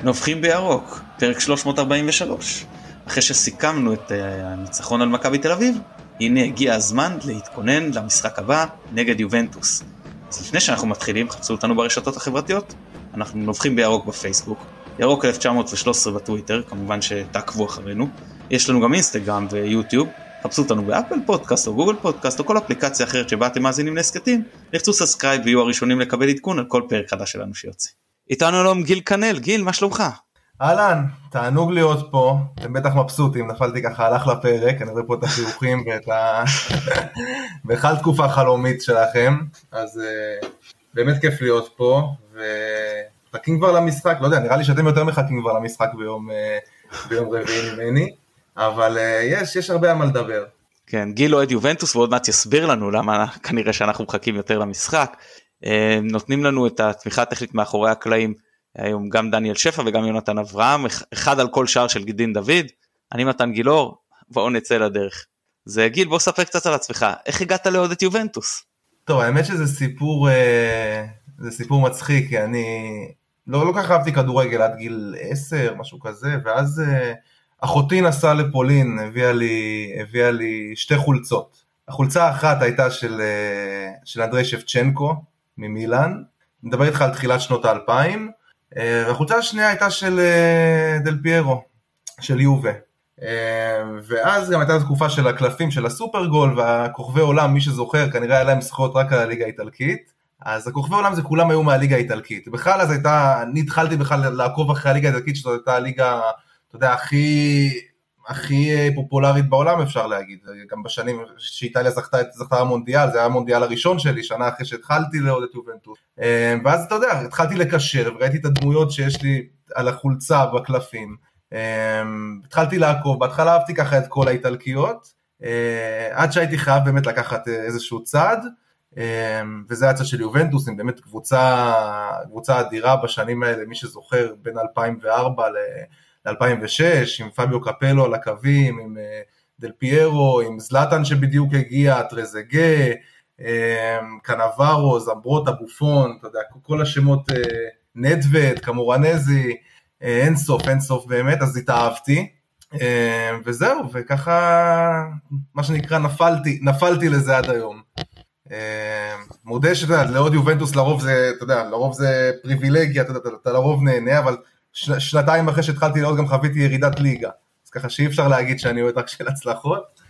נובחים בירוק, פרק 343. אחרי שסיכמנו את הניצחון על מכבי תל אביב, הנה הגיע הזמן להתכונן למשחק הבא נגד יובנטוס. אז לפני שאנחנו מתחילים, חפשו אותנו ברשתות החברתיות, אנחנו נובחים בירוק בפייסבוק, ירוק 1913 בטוויטר, כמובן שתעקבו אחרינו, יש לנו גם אינסטגרם ויוטיוב, חפשו אותנו באפל פודקאסט או גוגל פודקאסט או כל אפליקציה אחרת שבה אתם מאזינים להסקטים, לחצו סאבסקרייב ויהיו הראשונים לקבל עדכון על כל פרק חדש שלנו שיוצא. איתנו היום גיל קנל. גיל, מה שלומך? אהלן, תענוג להיות פה, אתם בטח מבסוטים, נפלתי ככה, הלך לפרק, אני רואה פה את החיוכים בכלל תקופה חלומית שלכם, אז באמת כיף להיות פה, ומחכים כבר למשחק, לא יודע, נראה לי שאתם יותר מחכים כבר למשחק ביום רביעי ממני, אבל יש הרבה מה לדבר. כן, גיל אוהד יובנטוס, ועוד מעט יסביר לנו למה כנראה שאנחנו מחכים יותר למשחק, נותנים לנו את התמיכה הטכנית מאחורי הקלעים, היום גם דניאל שפע וגם יונתן אברהם, אחד על כל שער של גידין דוד, אני מתן גילאור, בואו נצא לדרך. זה גיל, בוא ספר קצת על עצמך, איך הגעת לעוד את יובנטוס? טוב, האמת שזה סיפור מצחיק, כי אני לא כך אהבתי כדורגל עד גיל 10, משהו כזה, ואז אחותי נסעה לפולין, הביאה לי שתי חולצות. החולצה האחת הייתה של אנדרי שבצ'נקו ממילאן, מדבר איתך על תחילת שנות ה-2000, והחולצה השנייה הייתה של דל פיירו, של יובה. ואז גם הייתה תקופה של הקלפים של הסופר גול, והכוכבי עולם, מי שזוכר, כנראה היה להם זכויות רק על הליגה האיטלקית, אז הכוכבי עולם זה כולם היו מהליגה האיטלקית. בכלל אז אני התחלתי בכלל לעקוב אחרי הליגה האיטלקית, שזאת הייתה הליגה, אתה יודע, הכי פופולרית בעולם אפשר להגיד, גם בשנים שאיטליה זכתה המונדיאל, זה היה המונדיאל הראשון שלי, שנה אחרי שהתחלתי לעוד את יובנטוס, ואז אתה יודע, התחלתי לקשר, וראיתי את הדמויות שיש לי על החולצה בקלפים, התחלתי לעקוב, בהתחלה אהבתי ככה את כל האיטלקיות, עד שהייתי חייב באמת לקחת איזשהו צעד, וזה היה הצד של יובנטוס, עם באמת קבוצה אדירה בשנים האלה, מי שזוכר בין 2004 ל-2006, עם פביו קפלו על הקווים, עם דל פיירו, עם זלטן שבדיוק הגיע, טרזגה, קנברו, זמברוטה, בופון, אתה יודע, כל השמות, נדווד, קמורנזי, אין סוף באמת, אז התאהבתי, וזהו, וככה, מה שנקרא, נפלתי לזה עד היום. מודה שאתה יודע, לעוד יובנטוס לרוב זה, אתה יודע, לרוב זה פריבילגיה, אתה לרוב נהנה, אבל שנתיים אחרי שהתחלתי לעוד גם חוויתי ירידת ליגה, אז ככה שאי אפשר להגיד שאני אוהד רק של הצלחות,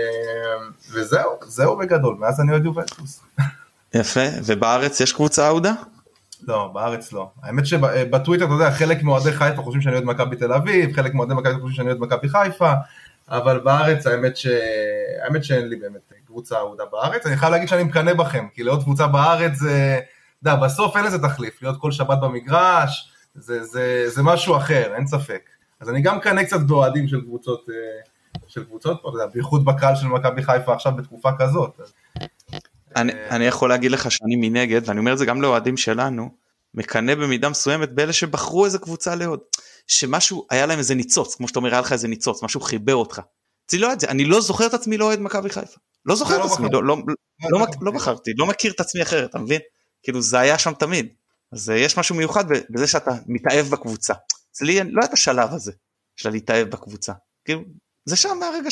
וזהו בגדול, מאז אני אוהד יובנטוס. יפה, ובארץ יש קבוצה אהודה? לא, בארץ לא. האמת שבטוויטר, אתה יודע, חלק מאוהדי חיפה חושבים שאני אוהד מכבי תל אביב, חלק מאוהדי מכבי חושבים שאני אוהד מכבי חיפה, אבל בארץ האמת שאין לי באמת קבוצה אהודה בארץ, אני חייב להגיד שאני מקנא בכם, כי לעוד קבוצה בארץ זה, אתה יודע, בסוף אין לזה תחליף, להיות כל שבת במגרש, זה משהו אחר, אין ספק. אז אני גם קנה קצת באוהדים של קבוצות פה, בייחוד בקהל של מכבי חיפה עכשיו בתקופה כזאת. אני יכול להגיד לך שאני מנגד, ואני אומר את זה גם לאוהדים שלנו, מקנה במידה מסוימת באלה שבחרו איזה קבוצה לעוד, שמשהו, היה להם איזה ניצוץ, כמו שאתה אומר, היה לך איזה ניצוץ, משהו חיבר אותך. אני לא זוכר את עצמי לא אוהד מכבי חיפה. לא זוכר את עצמי, לא בחרתי, לא מכיר את עצמי אחרת, אתה מבין? כאילו זה היה שם תמיד. אז יש משהו מיוחד בזה שאתה מתאהב בקבוצה. אצלי לא היה את השלב הזה של להתאהב בקבוצה. כאילו, זה שם מהרגע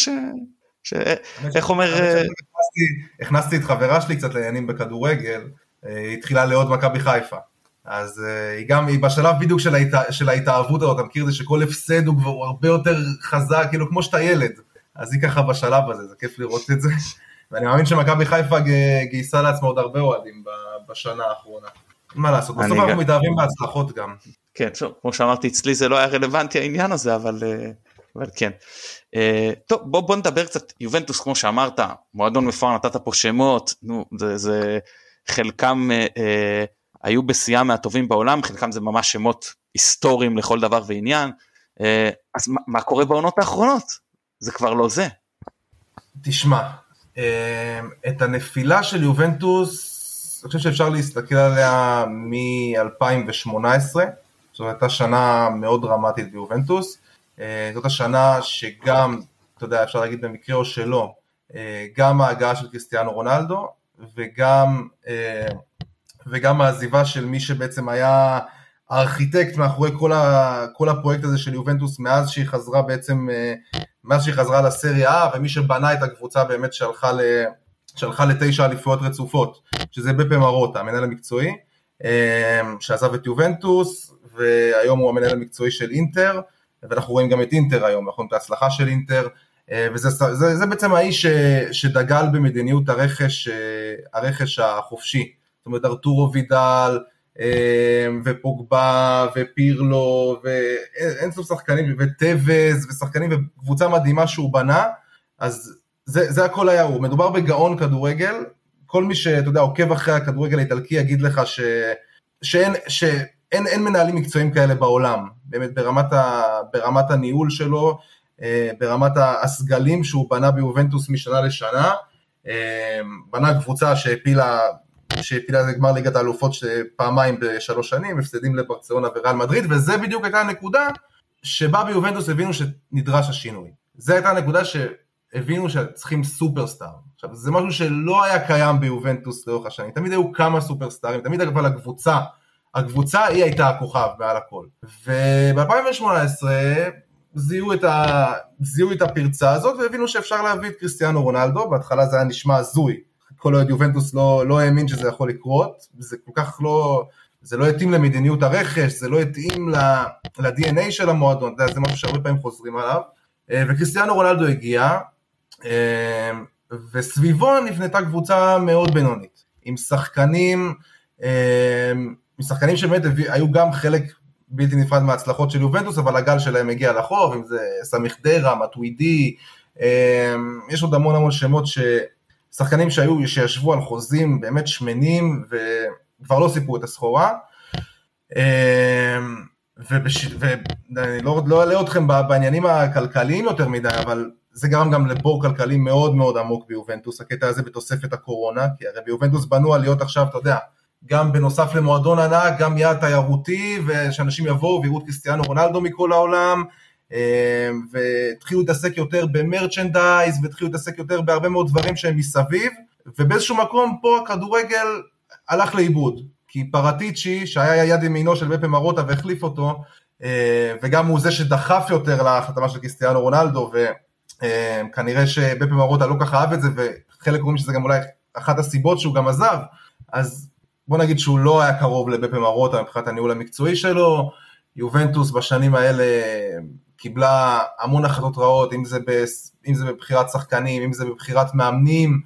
איך אומר... הכנסתי את חברה שלי קצת לעניינים בכדורגל, היא התחילה לעוד מכבי חיפה. אז היא בשלב בדיוק של ההתאהבות הזאת, אתה מכיר זה שכל הפסד הוא הרבה יותר חזק, כאילו כמו שאתה ילד. אז היא ככה בשלב הזה, זה כיף לראות את זה. ואני מאמין שמכבי חיפה גייסה לעצמה עוד הרבה אוהדים בשנה האחרונה. מה לעשות, בסוף אנחנו מתאהבים בהצלחות גם. כן, כמו שאמרתי, אצלי זה לא היה רלוונטי העניין הזה, אבל כן. טוב, בוא נדבר קצת, יובנטוס, כמו שאמרת, מועדון מפואר, נתת פה שמות, זה חלקם היו בשיאה מהטובים בעולם, חלקם זה ממש שמות היסטוריים לכל דבר ועניין, אז מה קורה בעונות האחרונות? זה כבר לא זה. תשמע, את הנפילה של יובנטוס, אני חושב שאפשר להסתכל עליה מ-2018, זאת הייתה שנה מאוד דרמטית ביובנטוס, זאת השנה שגם, אתה יודע, אפשר להגיד במקרה או שלא, גם ההגעה של קריסטיאנו רונלדו, וגם העזיבה של מי שבעצם היה הארכיטקט מאחורי כל הפרויקט הזה של יובנטוס, מאז שהיא חזרה לסריה, ומי שבנה את הקבוצה באמת שהלכה ל9 אליפויות רצופות, שזה בפה מרוטה, המנהל המקצועי, שעזב את יובנטוס, והיום הוא המנהל המקצועי של אינטר, ואנחנו רואים גם את אינטר היום, אנחנו רואים את ההצלחה של אינטר, וזה בעצם האיש שדגל במדיניות הרכש החופשי, זאת אומרת ארתורו וידל, ופוגבה, ופירלו, ואין סוף שחקנים, וטבז, ושחקנים, וקבוצה מדהימה שהוא בנה, אז זה הכל היה הוא, מדובר בגאון כדורגל, כל מי שאתה יודע, עוקב אחרי הכדורגל האיטלקי, יגיד לך שאין מנהלים מקצועיים כאלה בעולם, באמת ברמת הניהול שלו, ברמת הסגלים שהוא בנה ביובנטוס משנה לשנה, בנה קבוצה שהפילה גמר ליגת האלופות פעמיים ב3 שנים, הפסדים לברצלונה וריאל מדריד, וזה בדיוק הייתה הנקודה שבה ביובנטוס הבינו שנדרש השינוי. זה הייתה הנקודה שהבינו שצריכים סופרסטאר. עכשיו, זה משהו שלא היה קיים ביובנטוס לאורך השנים, תמיד היו כמה סופרסטארים, תמיד אבל הקבוצה היא הייתה הכוכב מעל הכל. וב-2018 זיהו את הפרצה הזאת, והבינו שאפשר להביא את קריסטיאנו רונלדו, בהתחלה זה היה נשמע הזוי, כל עוד יובנטוס לא האמין שזה יכול לקרות, זה כל כך זה לא התאים למדיניות הרכש, זה לא התאים ל-DNA של המועדון, זה משהו שהרבה פעמים חוזרים עליו, וקריסטיאנו רונלדו הגיע, וסביבו נבנתה קבוצה מאוד בינונית, עם שחקנים שבאמת היו גם חלק בלתי נפרד מההצלחות של יובנטוס, אבל הגל שלהם הגיע לחוב, אם זה סמיך דרה, מטווידי, יש עוד המון שמות שחקנים שישבו על חוזים באמת שמנים, וכבר לא סיפרו את הסחורה, ואני לא אעלה אתכם בעניינים הכלכליים יותר מדי, אבל זה גרם גם לבור כלכלי מאוד מאוד עמוק ביובנטוס, הקטע הזה בתוספת הקורונה, כי הרי ביובנטוס בנו על להיות עכשיו, אתה יודע, גם בנוסף למועדון ענק, גם יעד תיירותי, ושאנשים יבואו ויראו את קריסטיאנו רונלדו מכל העולם, והתחילו להתעסק יותר במרצ'נדייז, והתחילו להתעסק יותר בהרבה מאוד דברים שהם מסביב, ובאיזשהו מקום פה הכדורגל הלך לאיבוד, כי פרטיצ'י, שהיה יד ימינו של בפה מרוטה והחליף אותו, וגם הוא זה שדחף יותר להחתמה של קריסטיאנו רונלדו, וכנראה שבפה מרוטה לא ככה אהב את זה, וחלק אומרים שזה גם אולי אחת הסיבות שהוא גם עזב, אז בוא נגיד שהוא לא היה קרוב לבפה מרוטה מבחינת הניהול המקצועי שלו, יובנטוס בשנים האלה קיבלה המון החלטות רעות, אם זה בבחירת שחקנים, אם זה בבחירת מאמנים,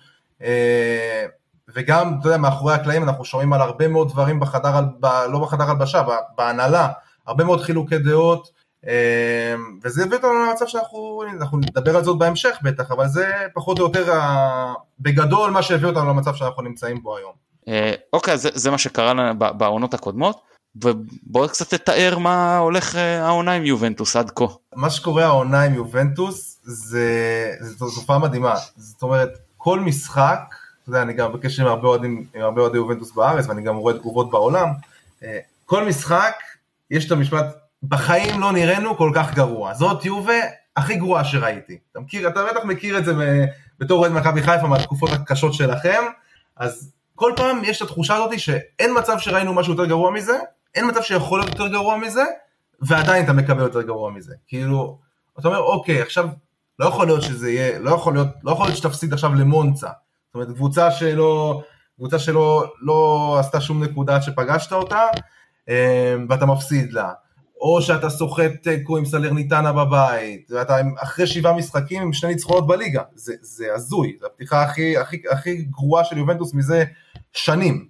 וגם, אתה יודע, מאחורי הקלעים אנחנו שומעים על הרבה מאוד דברים לא בחדר הלבשה, בהנהלה, הרבה מאוד חילוקי דעות, וזה הביא אותנו למצב שאנחנו נדבר על זאת בהמשך בטח, אבל זה פחות או יותר בגדול מה שהביא אותנו למצב שאנחנו נמצאים בו היום. אוקיי, זה מה שקרה בעונות הקודמות, ובואו קצת תתאר מה הולך העונה עם יובנטוס עד כה. מה שקורה העונה עם יובנטוס, זו תופעה מדהימה, זאת אומרת, כל משחק, אני גם בקשר עם הרבה אוהדי יובנטוס בארץ, ואני גם רואה תגובות בעולם, כל משחק, יש את המשפט, בחיים לא נראינו כל כך גרוע, זאת יובה הכי גרועה שראיתי, אתה בטח מכיר את זה בתור אוהד מכבי חיפה, מהתקופות הקשות שלכם, אז כל פעם יש את התחושה הזאת שאין מצב שראינו משהו יותר גרוע מזה, אין מצב שיכול להיות יותר גרוע מזה, ועדיין אתה מקבל יותר גרוע מזה. כאילו, אתה אומר, אוקיי, עכשיו לא יכול להיות שזה יהיה, לא יכול להיות שתפסיד עכשיו למונצה. זאת אומרת, קבוצה שלא לא עשתה שום נקודה שפגשת אותה, ואתה מפסיד לה. או שאתה סוחט תיקו עם סלרניטנה בבית, ואתה אחרי 7 משחקים עם 2 ניצחונות בליגה. זה הזוי, זו הפתיחה הכי גרועה של יובנטוס מזה שנים.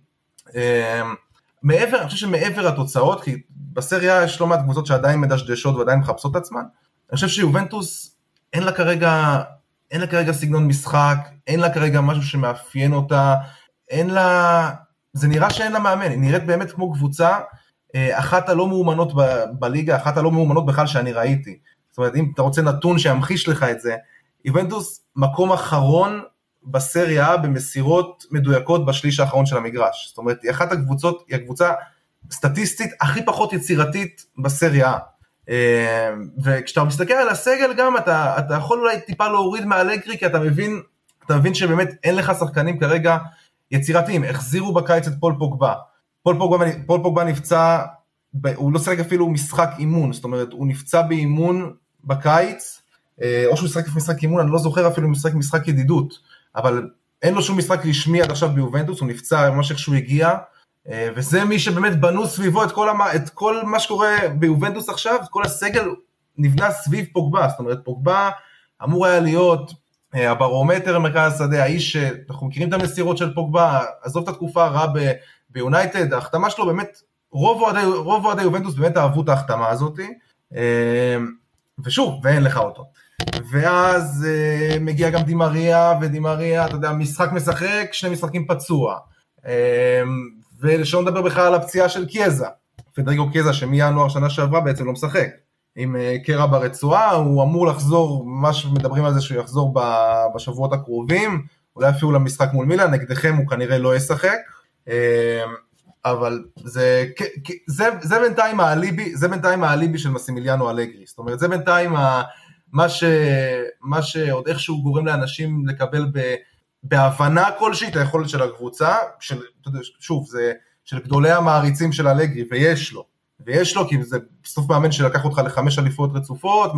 אני חושב שמעבר התוצאות, כי בסריה יש לא מעט קבוצות שעדיין מדשדשות ועדיין מחפשות את עצמן, אני חושב שיובנטוס אין לה כרגע סגנון משחק, אין לה כרגע משהו שמאפיין אותה, זה נראה שאין לה מאמן, היא נראית באמת כמו קבוצה, אחת הלא מאומנות בליגה, אחת הלא מאומנות בכלל שאני ראיתי, זאת אומרת אם אתה רוצה נתון שימחיש לך את זה, יובנטוס מקום אחרון בסריה במסירות מדויקות בשליש האחרון של המגרש, זאת אומרת היא אחת הקבוצות, היא הקבוצה סטטיסטית הכי פחות יצירתית בסריה, וכשאתה מסתכל על הסגל גם אתה יכול אולי טיפה להוריד מהאלגרי, כי אתה מבין שבאמת אין לך שחקנים כרגע יצירתיים, החזירו בקיץ את פול פוגבה נפצע הוא לא שחק אפילו משחק אימון, זאת אומרת, הוא נפצע באימון בקיץ, או שהוא שחק משחק אימון, אני לא זוכר אפילו משחק ידידות, אבל אין לו שום משחק רשמי עד עכשיו ביובנטוס, הוא נפצע ממש איך שהוא הגיע, וזה מי שבאמת בנו סביבו את כל מה שקורה ביובנטוס עכשיו, כל הסגל נבנה סביב פוגבה, זאת אומרת, פוגבה אמור היה להיות הברומטר במרכז השדה, האיש שאנחנו מכירים את המסירות של פוגבה, עזוב את התקופה הרעה ביונייטד, ההחתמה שלו באמת, רוב אוהדי יובנטוס באמת אהבו את ההחתמה הזאת, ושוב, ואין לך אותו. ואז מגיע גם דימריה, ודימריה, אתה יודע, משחק משחק, 2 משחקים פצוע, ולשון נדבר בכלל על הפציעה של קיאזה, פדריגו קיאזה, שמינואר שנה שעברה בעצם לא משחק, עם קרע ברצועה, הוא אמור לחזור, ממש מדברים על זה שהוא יחזור בשבועות הקרובים, אולי אפילו למשחק מול מילאן, נגדכם הוא כנראה לא ישחק, אבל זה בינתיים האליבי של מסימיליאנו אלגרי, זאת אומרת, זה בינתיים מה שעוד איכשהו גורם לאנשים לקבל בהבנה כלשהי את היכולת של הקבוצה, שוב, זה של גדולי המעריצים של אלגרי, ויש לו, כי זה בסוף מאמן שלקח אותך ל5 אליפויות רצופות,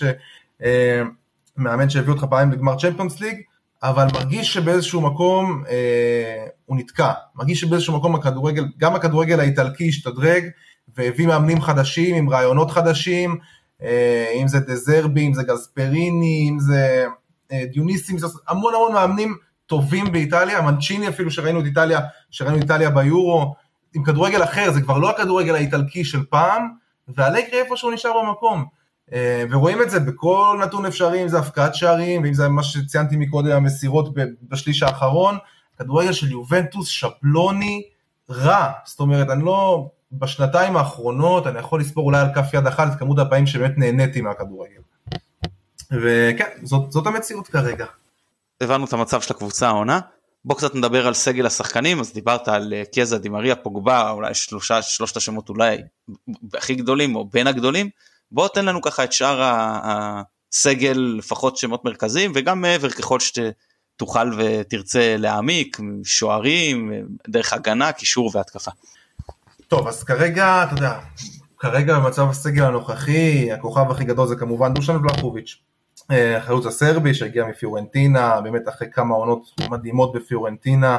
מאמן שהביא אותך פעמים לגמר צ'מפיונס ליג, אבל מרגיש שבאיזשהו מקום הוא נתקע, מרגיש שבאיזשהו מקום גם הכדורגל האיטלקי השתדרג, והביא מאמנים חדשים עם רעיונות חדשים, אם זה דזרבי, אם זה גספריני, אם זה דיוניסים, המון מאמנים טובים באיטליה, מנצ'יני אפילו שראינו את איטליה ביורו, עם כדורגל אחר, זה כבר לא הכדורגל האיטלקי של פעם, והלגרי איפשהו נשאר במקום, ורואים את זה בכל נתון אפשרי, אם זה הפקעת שערים, ואם זה מה שציינתי מקודם, המסירות בשליש האחרון, הכדורגל של יובנטוס שבלוני רע, זאת אומרת, אני לא, בשנתיים האחרונות, אני יכול לספור אולי על כף יד אחת, את כמות הפעמים שבאמת נהניתי מהכדורגל, וכן, זאת המציאות כרגע. הבנו את המצב של הקבוצה העונה, בוא קצת נדבר על סגל השחקנים, אז דיברת על קיאזה, דימריה, פוגבה, אולי שלושת השמות אולי הכי גדולים או בין הגדולים, בוא תן לנו ככה את שאר הסגל, לפחות שמות מרכזיים, וגם מעבר ככל שתוכל ותרצה להעמיק, שוערים, דרך הגנה, קישור והתקפה. טוב, אז כרגע, אתה יודע, כרגע במצב הסגל הנוכחי, הכוכב הכי גדול זה כמובן דושן ולחוביץ', החלוץ הסרבי שהגיע מפיורנטינה, באמת אחרי כמה עונות מדהימות בפיורנטינה,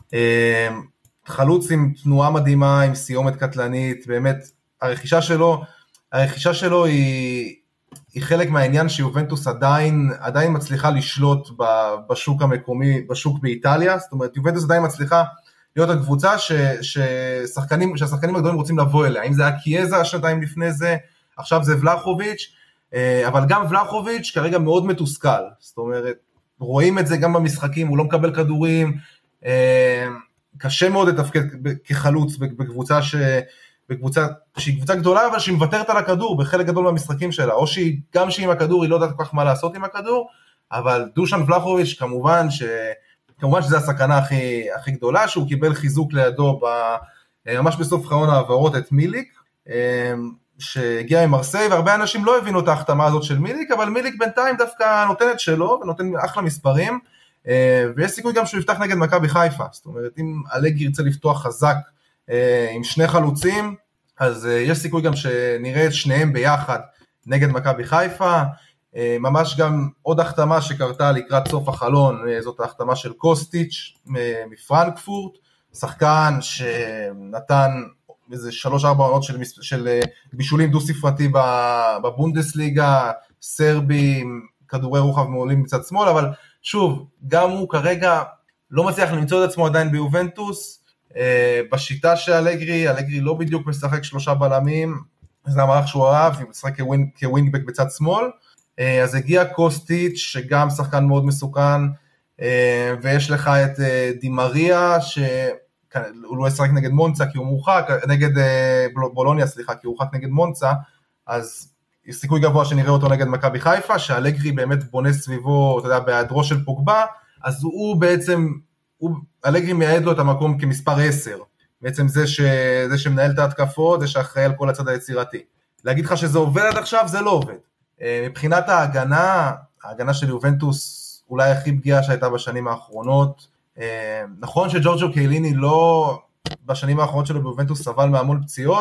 חלוץ עם תנועה מדהימה, עם סיומת קטלנית, באמת הרכישה שלו היא חלק מהעניין שיובנטוס עדיין מצליחה לשלוט בשוק המקומי, בשוק באיטליה, זאת אומרת יובנטוס עדיין מצליחה להיות הקבוצה שהשחקנים הגדולים רוצים לבוא אליה, אם זה היה קיאזה שנתיים לפני זה, עכשיו זה ולחוביץ', אבל גם ולחוביץ' כרגע מאוד מתוסכל, זאת אומרת, רואים את זה גם במשחקים, הוא לא מקבל כדורים, קשה מאוד לתפקד כחלוץ בקבוצה שהיא קבוצה גדולה, אבל שהיא מוותרת על הכדור בחלק גדול מהמשחקים שלה, או גם שהיא עם הכדור, היא לא יודעת כל כך מה לעשות עם הכדור, אבל דושן ולחוביץ' כמובן שזו הסכנה הכי גדולה, שהוא קיבל חיזוק לידו ממש בסוף חלון העברות את מיליק, שהגיע ממרסיי, והרבה אנשים לא הבינו את ההחתמה הזאת של מיליק, אבל מיליק בינתיים דווקא נותן את שלו, ונותן אחלה מספרים, ויש סיכוי גם שהוא יפתח נגד מכבי חיפה, זאת אומרת, אם אלגרי ירצה לפתוח חזק עם 2 חלוצים, אז יש סיכוי גם שנראה את שניהם ביחד נגד מכבי חיפה, ממש גם עוד החתמה שקרתה לקראת סוף החלון, זאת ההחתמה של קוסטיץ' מפרנקפורט, שחקן שנתן איזה 3-4 עונות של בישולים דו ספרתי בבונדסליגה, סרבי, כדורי רוחב מעולים מצד שמאל, אבל שוב, גם הוא כרגע לא מצליח למצוא את עצמו עדיין ביובנטוס, בשיטה של אלגרי לא בדיוק משחק 3 בלמים, זה המערך שהוא אהב, הוא משחק כווינגבק בצד שמאל, אז הגיע קוסטיץ' שגם שחקן מאוד מסוכן, ויש לך את דימריה, שהוא לא ישחק נגד מונצה, כי הוא מורחק, נגד בולוניה, סליחה, כי הוא מורחק נגד מונצה, אז יש סיכוי גבוה שנראה אותו נגד מכבי חיפה, שאלגרי באמת בונה סביבו, אתה יודע, בהיעדרו של פוגבה, אז הוא בעצם, אלגרי מייעד לו את המקום כמספר 10, בעצם זה שמנהל את ההתקפות, זה שאחראי על כל הצד היצירתי. להגיד לך שזה עובד עד עכשיו, זה לא עובד. מבחינת ההגנה של יובנטוס, אולי הכי פגיעה שהייתה בשנים האחרונות, נכון שג'ורג'ו קיליני לא, בשנים האחרונות שלו ביובנטוס סבל מהמון פציעות,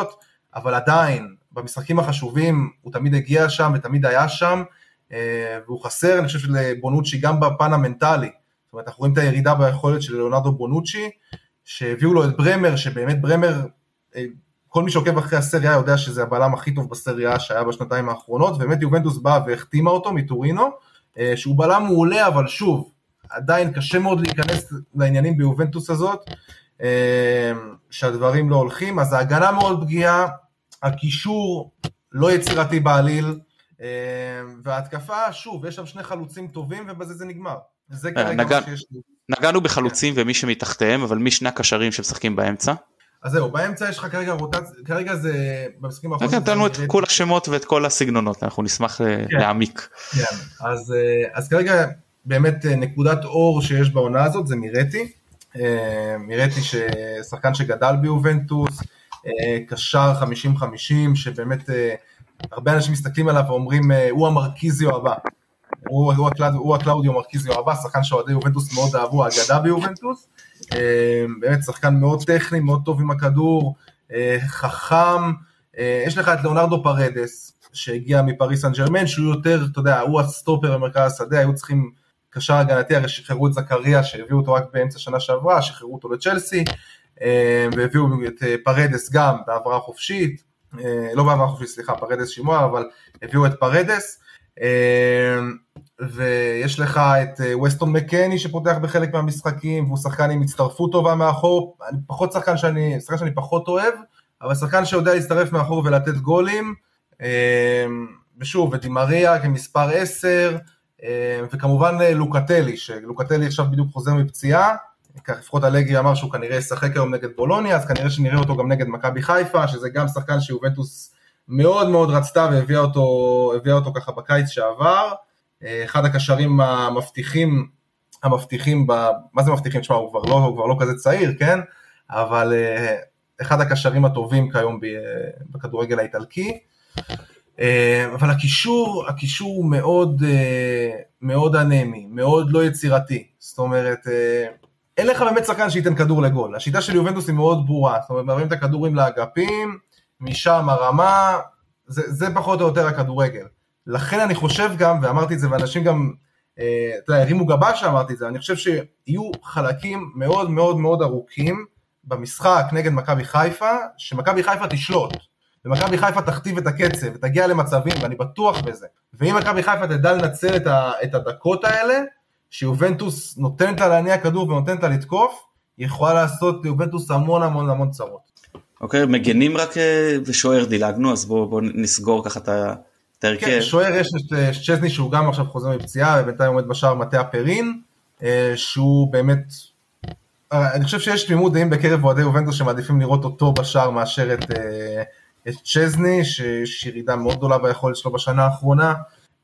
אבל עדיין, במשחקים החשובים, הוא תמיד הגיע שם ותמיד היה שם, והוא חסר, אני חושב לבונוצ'י גם בפן המנטלי, זאת אומרת, אנחנו רואים את הירידה ביכולת של ליאונרדו בונוצ'י, שהביאו לו את ברמר, שבאמת ברמר, כל מי שעוקב אחרי הסריה יודע שזה הבלם הכי טוב בסריה שהיה בשנתיים האחרונות, ובאמת יובנטוס באה והחתימה אותו מטורינו, שהוא בלם מעולה, אבל שוב, עדיין קשה מאוד להיכנס לעניינים ביובנטוס הזאת, שהדברים לא הולכים, אז ההגנה מאוד פגיעה, הקישור לא יצירתי בעליל, וההתקפה, שוב, יש שם שני חלוצים טובים, ובזה זה נגמר. זה כרגע מה שיש לי. נגענו בחלוצים ומי שמתחתיהם, אבל מי שני הקשרים שמשחקים באמצע? אז זהו, באמצע יש לך כרגע זה במשחקים האחרונים. נתנו את כל השמות ואת כל הסגנונות, אנחנו נשמח להעמיק. כן, אז כרגע באמת נקודת אור שיש בעונה הזאת זה מירטי ששחקן שגדל ביובנטוס, קשר 50-50, שבאמת הרבה אנשים מסתכלים עליו ואומרים, הוא המרקיזיו הבא. הוא הקלאודיו מרקיזיו הבא, שחקן שאוהדי יובנטוס מאוד אהבו, האגדה ביובנטוס, באמת שחקן מאוד טכני, מאוד טוב עם הכדור, חכם, יש לך את ליאונרדו פרדס, שהגיע מפריס סן ז'רמן, שהוא יותר, אתה יודע, הוא הסטופר במרכז השדה, היו צריכים קשר הגנתי, הרי שחררו את זכריה, שהביאו אותו רק באמצע שנה שעברה, שחררו אותו לצ'לסי, והביאו את פרדס גם בעברה חופשית, לא בעברה חופשית, סליחה, פרדס שימוע, אבל הביאו את פרדס, ויש לך את ווסטון מקני שפותח בחלק מהמשחקים, והוא שחקן עם הצטרפות טובה מאחור, פחות שחקן שאני פחות אוהב, אבל שחקן שיודע להצטרף מאחור ולתת גולים, ושוב, ודימריה כמספר 10, וכמובן לוקטלי, שלוקטלי עכשיו בדיוק חוזר מפציעה, כך לפחות אלגרי אמר שהוא כנראה ישחק היום נגד בולוניה, אז כנראה שנראה אותו גם נגד מכבי חיפה, שזה גם שחקן שיובנטוס מאוד מאוד רצתה והביאה אותו ככה בקיץ שעבר, אחד הקשרים המבטיחים, מה זה מבטיחים? תשמע, הוא כבר לא כזה צעיר, כן? אבל אחד הקשרים הטובים כיום בכדורגל האיטלקי, אבל הקישור מאוד, מאוד אנמי, מאוד לא יצירתי, זאת אומרת, אין לך באמת שחקן שייתן כדור לגול, השיטה של יובנטוס היא מאוד ברורה, זאת אומרת, מעבירים את הכדורים לאגפים, משם הרמה, זה פחות או יותר הכדורגל, לכן אני חושב גם, ואמרתי את זה, ואנשים גם, הרימו גבה שאמרתי את זה, אני חושב שיהיו חלקים מאוד מאוד מאוד ארוכים, במשחק נגד מכבי חיפה, שמכבי חיפה תשלוט, ומכבי חיפה תכתיב את הקצב, ותגיע למצבים, ואני בטוח בזה, ואם מכבי חיפה תדע לנצל את הדקות האלה, שיובנטוס נותנת לה להניע כדור, ונותנת לה לתקוף, היא יכולה לעשות ליובנטוס המון המון המון צרות. אוקיי, מגנים רק ושוער דילגנו, אז בואו נסגור ככה את ההרכב. כן, שוער יש את צ'זני, שהוא גם עכשיו חוזר מפציעה, ובינתיים עומד בשער מטה פרין, שהוא באמת, אני חושב שיש תמימות דעים בקרב אוהדי יובנטוס, שמעדיפים לראות אותו בשער, מאשר את צ'זני, שיש ירידה מאוד גדולה ביכולת שלו בשנה האחרונה,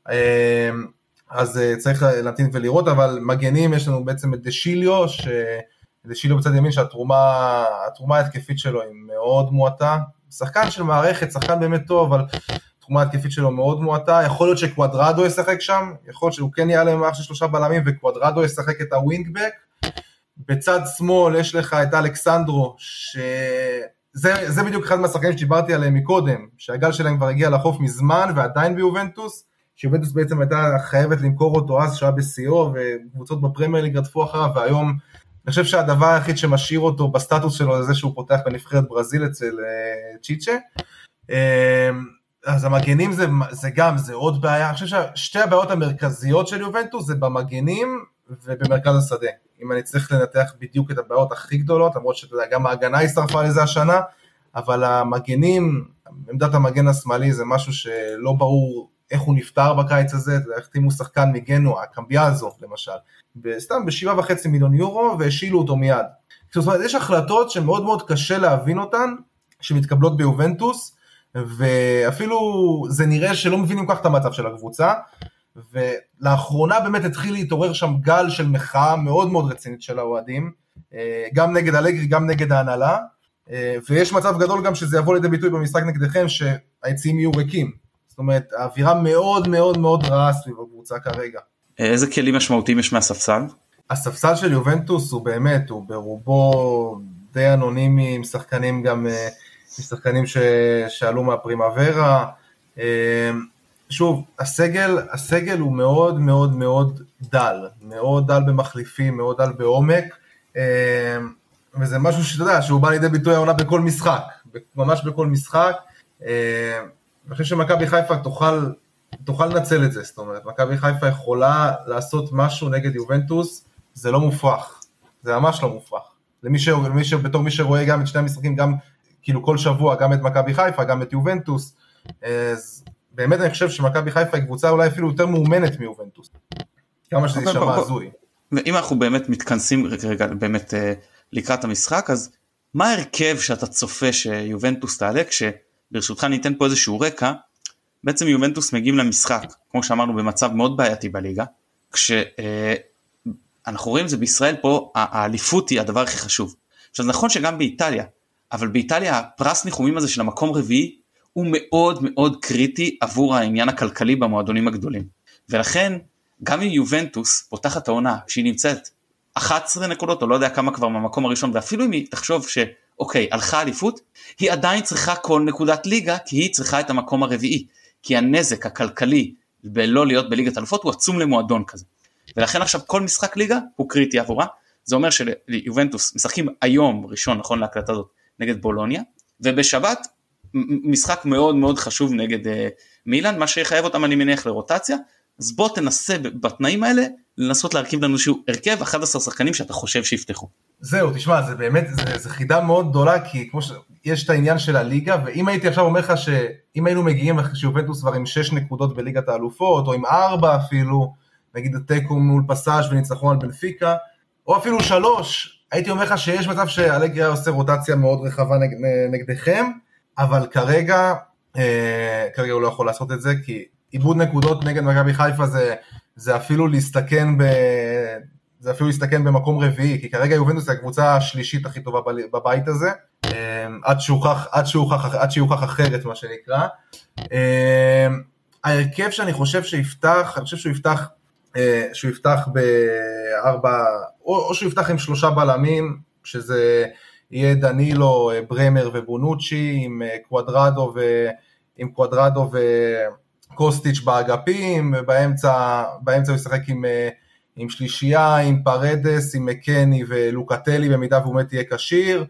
אז צריך להמתין ולראות, אבל מגנים יש לנו בעצם את דשיליו, דשיליו בצד ימין, שהתרומה ההתקפית שלו היא מאוד מועטה, שחקן של מערכת, שחקן באמת טוב, אבל התרומה ההתקפית שלו מאוד מועטה, יכול להיות שקוואדרדו ישחק שם, יכול להיות שהוא כן יעלה ממערך של 3 בלמים, וקוואדרדו ישחק את הווינגבק, בצד שמאל יש לך את אלכסנדרו, שזה בדיוק אחד מהשחקנים שדיברתי עליהם מקודם, שהגל שלהם כבר הגיע לחוף מזמן, ועדיין ביובנטוס, שיובנטוס בעצם הייתה חייבת למכור אותו אז, שהיה בסיוע, וקבוצות בפרמייר ליג רדפו אחריו, והיום אני חושב שהדבר היחיד שמשאיר אותו בסטטוס שלו, זה שהוא פותח בנבחרת ברזיל אצל צ'יצ'ה, אז המגנים זה עוד בעיה, אני חושב ששתי הבעיות המרכזיות של יובנטוס, זה במגנים ובמרכז השדה, אם אני צריך לנתח בדיוק את הבעיות הכי גדולות, למרות שגם ההגנה היא שרפה לזה השנה, אבל המגנים, עמדת המגן השמאלי זה משהו שלא ברור איך הוא נפטר בקיץ הזה, החתימו שחקן מגנו, הקמביאזו למשל, סתם ב7.5 מיליון יורו, והשילו אותו מיד. זאת אומרת, יש החלטות שמאוד מאוד קשה להבין אותן, שמתקבלות ביובנטוס, ואפילו זה נראה שלא מבינים כך את המצב של הקבוצה, ולאחרונה באמת התחיל להתעורר שם גל של מחאה מאוד מאוד רצינית של האוהדים, גם נגד אלגרי, גם נגד ההנהלה, ויש מצב גדול גם שזה יבוא לידי ביטוי במשחק נגדכם, שהיציעים יהיו ריקים. זאת אומרת, האווירה מאוד מאוד מאוד רעה סביב הקבוצה כרגע. איזה כלים משמעותיים יש מהספסל? הספסל של יובנטוס הוא באמת, הוא ברובו די אנונימי, עם שחקנים גם משחקנים שעלו מהפרימוורה. שוב, הסגל הוא מאוד מאוד מאוד מאוד דל במחליפים, מאוד דל בעומק, וזה משהו שאתה יודע, שהוא בא לידי ביטוי העונה בכל משחק, ממש בכל משחק. אני חושב שמכבי חיפה תוכל לנצל את זה, זאת אומרת, מכבי חיפה יכולה לעשות משהו נגד יובנטוס, זה לא מופרך, זה ממש לא מופרך. בתור מי שרואה גם את שני המשחקים, גם כאילו כל שבוע, גם את מכבי חיפה, גם את יובנטוס, באמת אני חושב שמכבי חיפה היא קבוצה אולי אפילו יותר מאומנת מיובנטוס, כמה שזה יישמע הזוי. ואם אנחנו באמת מתכנסים רגע באמת לקראת המשחק, אז מה ההרכב שאתה צופה שיובנטוס תעלה, כשברשותך ניתן פה איזשהו רקע, בעצם יובנטוס מגיעים למשחק, כמו שאמרנו, במצב מאוד בעייתי בליגה, כשאנחנו רואים זה בישראל פה, האליפות היא הדבר הכי חשוב. עכשיו נכון שגם באיטליה, אבל באיטליה הפרס ניחומים הזה של המקום רביעי, הוא מאוד מאוד קריטי עבור העניין הכלכלי במועדונים הגדולים. ולכן, גם אם יובנטוס פותחת העונה, שהיא נמצאת 11 נקודות, או לא יודע כמה כבר מהמקום הראשון, ואפילו אם היא תחשוב שאוקיי, הלכה אליפות, היא עדיין צריכה כל נקודת ליגה, כי היא צריכה את המקום הרביעי. כי הנזק הכלכלי בלא להיות בליגת אלופות, הוא עצום למועדון כזה. ולכן עכשיו כל משחק ליגה הוא קריטי עבורה. זה אומר שיובנטוס משחקים היום ראשון, נכון להקלטה הזאת, נגד בולוניה, ובשבת משחק מאוד מאוד חשוב נגד מילאן, מה שיחייב אותם אני מניח לרוטציה. אז בוא תנסה בתנאים האלה לנסות להרכיב לנו איזשהו הרכב 11 שחקנים שאתה חושב שיפתחו. זהו, תשמע, זה באמת, זה חידה מאוד גדולה, כי כמו שיש את העניין של הליגה, ואם הייתי עכשיו אומר לך שאם היינו מגיעים שיובנטוס כבר עם 6 נקודות בליגת האלופות, או עם 4 אפילו, נגיד הטקו מול פסאז' וניצחון על בנפיקה, או אפילו 3, הייתי אומר לך שיש מצב שהלגיה עושה רוטציה מאוד רחבה נגדכם, אבל כרגע הוא לא יכול לעשות את זה, כי איבוד נקודות נגד מכבי חיפה זה אפילו להסתכן במקום רביעי, כי כרגע יובנטוס היא הקבוצה השלישית הכי טובה בבית הזה, עד שיוכח אחרת מה שנקרא. ההרכב שאני חושב שיפתח, אני חושב שהוא יפתח בארבע, או שהוא יפתח עם 3 בלמים, שזה יהיה דנילו, ברמר ובונוצ'י, עם קוואדרדו וקוסטיץ' באגפים, ובאמצע הוא ישחק עם שלישייה, עם פרדס, עם מקני ולוקטלי, במידה והוא באמת יהיה קשיר,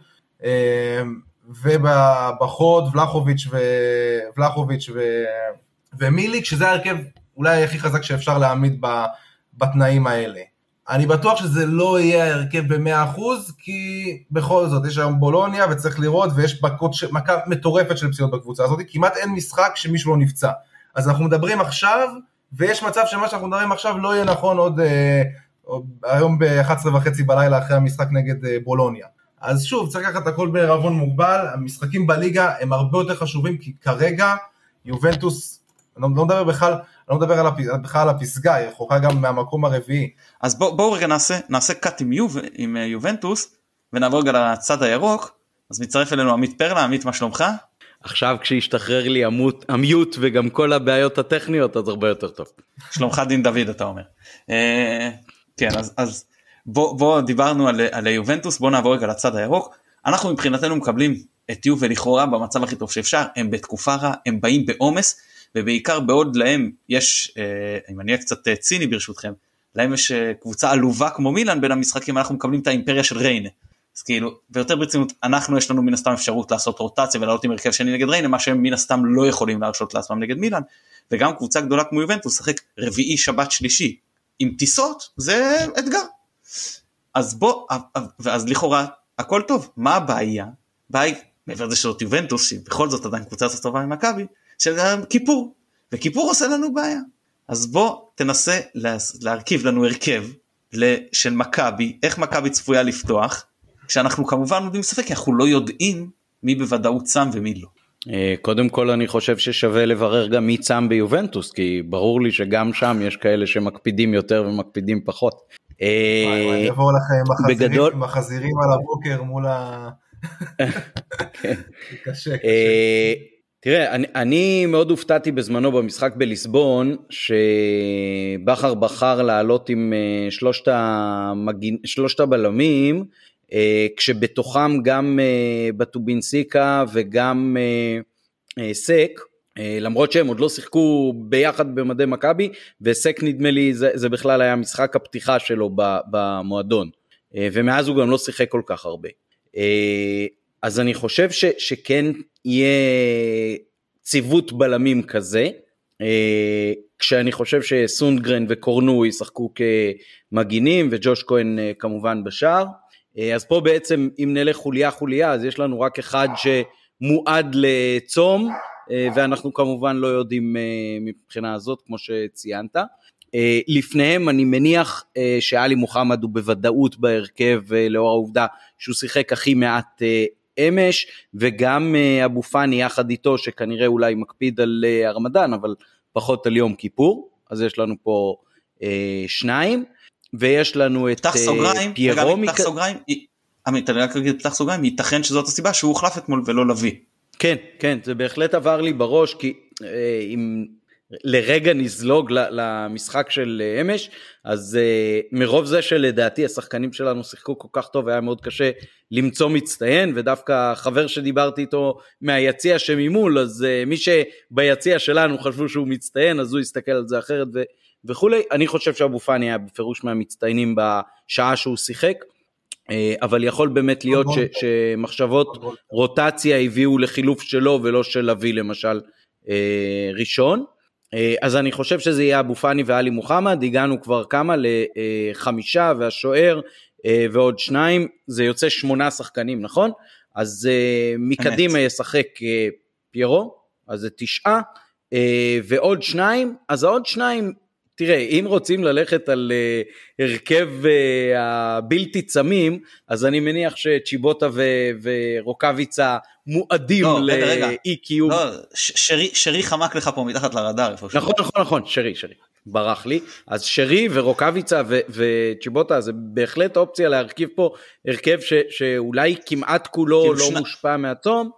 ובחוד ולחוביץ' ומיליק, שזה הרכב אולי הכי חזק שאפשר להעמיד בתנאים האלה. אני בטוח שזה לא יהיה הרכב ב100%, כי בכל זאת יש היום בולוניה וצריך לראות, ויש מכה מטורפת של פציעות בקבוצה הזאת, כמעט אין משחק שמישהו לא נפצע. אז אנחנו מדברים עכשיו, ויש מצב שמה שאנחנו מדברים עכשיו לא יהיה נכון עוד היום ב-11:30 בלילה אחרי המשחק נגד בולוניה. אז שוב, צריך לקחת הכל בערבון מוגבל, המשחקים בליגה הם הרבה יותר חשובים, כי כרגע יובנטוס, אני לא מדבר בכלל על הפסגה, היא רחוקה גם מהמקום הרביעי. אז בואו רגע נעשה קאט עם יובנטוס, ונעבור רגע לצד הירוק. אז מצטרף אלינו עמית פרלה. עמית, מה שלומך? עכשיו כשישתחרר לי המיוט וגם כל הבעיות הטכניות, אז הרבה יותר טוב. שלומך דין דוד, אתה אומר. כן, אז בוא דיברנו על יובנטוס, בוא נעבור רגע לצד הירוק. אנחנו מבחינתנו מקבלים את יובל לכאורה במצב הכי טוב שאפשר, הם בתקופה רע, הם באים בעומס, ובעיקר בעוד להם יש, אם אני אהיה קצת ציני ברשותכם, להם יש קבוצה עלובה כמו מילאן בין המשחקים, אנחנו מקבלים את האימפריה של ריינה. אז כאילו, ויותר ברצינות, יש לנו מן הסתם אפשרות לעשות רוטציה ולעלות עם הרכב שני נגד ריינה, מה שהם מן הסתם לא יכולים להרשות לעצמם נגד מילאן, וגם קבוצה גדולה כמו יובנטוס, שחק רביעי, שבת, שלישי, עם טיסות, זה אתגר. אז ואז לכאורה, הכל טוב, מה הבעיה? מעבר לזה שזאת יובנטוס, שבכל זאת עדיין קבוצה טובה ממכבי, של כיפור, וכיפור עושה לנו בעיה. אז בוא תנסה להרכיב לנו הרכב של מכבי, איך מכבי צפויה לפתוח, כשאנחנו כמובן יודעים ספק, כי אנחנו לא יודעים מי בוודאות צם ומי לא. קודם כל אני חושב ששווה לברר גם מי צם ביובנטוס, כי ברור לי שגם שם יש כאלה שמקפידים יותר ומקפידים פחות. אני אעבור לכם עם החזירים על הבוקר מול קשה. תראה, אני מאוד הופתעתי בזמנו במשחק בליסבון, שבחר בחר לעלות עם שלושת הבלמים, כשבתוכם גם בטובינסיקה וגם סק, למרות שהם עוד לא שיחקו ביחד במדי מכבי, וסק נדמה לי זה בכלל היה משחק הפתיחה שלו במועדון, ומאז הוא גם לא שיחק כל כך הרבה. אז אני חושב שכן יהיה ציוות בלמים כזה, כשאני חושב שסונדגרן וקורנו ישחקו כמגינים, וג'וש כהן כמובן בשער. אז פה בעצם אם נלך חוליה חוליה, אז יש לנו רק אחד שמועד לצום, ואנחנו כמובן לא יודעים מבחינה הזאת, כמו שציינת. לפניהם אני מניח שאלי מוחמד הוא בוודאות בהרכב, לאור העובדה שהוא שיחק הכי מעט אמש, וגם אבו פאני יחד איתו, שכנראה אולי מקפיד על הרמדאן, אבל פחות על יום כיפור. אז יש לנו פה שניים, ויש לנו את פיירו. פתח סוגריים, עמית, אני רק אגיד פתח סוגריים, ייתכן שזאת הסיבה שהוא הוחלף אתמול ולא לביא. כן, כן, זה בהחלט עבר לי בראש, כי אם לרגע נזלוג למשחק של אמש, אז מרוב זה שלדעתי השחקנים שלנו שיחקו כל כך טוב, היה מאוד קשה למצוא מצטיין, ודווקא חבר שדיברתי איתו מהיציע שממול, אז מי שביציע שלנו חשבו שהוא מצטיין, אז הוא יסתכל על זה אחרת וכו'. אני חושב שאבו פאני היה בפירוש מהמצטיינים בשעה שהוא שיחק, אבל יכול באמת להיות שמחשבות רוטציה הביאו לחילוף שלו ולא של אבי למשל ראשון. אז אני חושב שזה יהיה אבו פאני ואלי מוחמד. הגענו כבר כמה ל5 והשוער ועוד 2, זה יוצא 8 שחקנים, נכון? אז מקדימה ישחק פיירו, אז זה 9 ועוד 2, אז העוד 2, תראה, אם רוצים ללכת על הרכב הבלתי צמים, אז אני מניח שצ'יבוטה ורוקביצה מועדים לאי קיום. לא, שרי חמק לך פה מתחת לרדאר. נכון, שרי, ברח לי. אז שרי ורוקביצה וצ'יבוטה, זה בהחלט אופציה להרכיב פה הרכב שאולי כמעט כולו לא מושפע מהצום,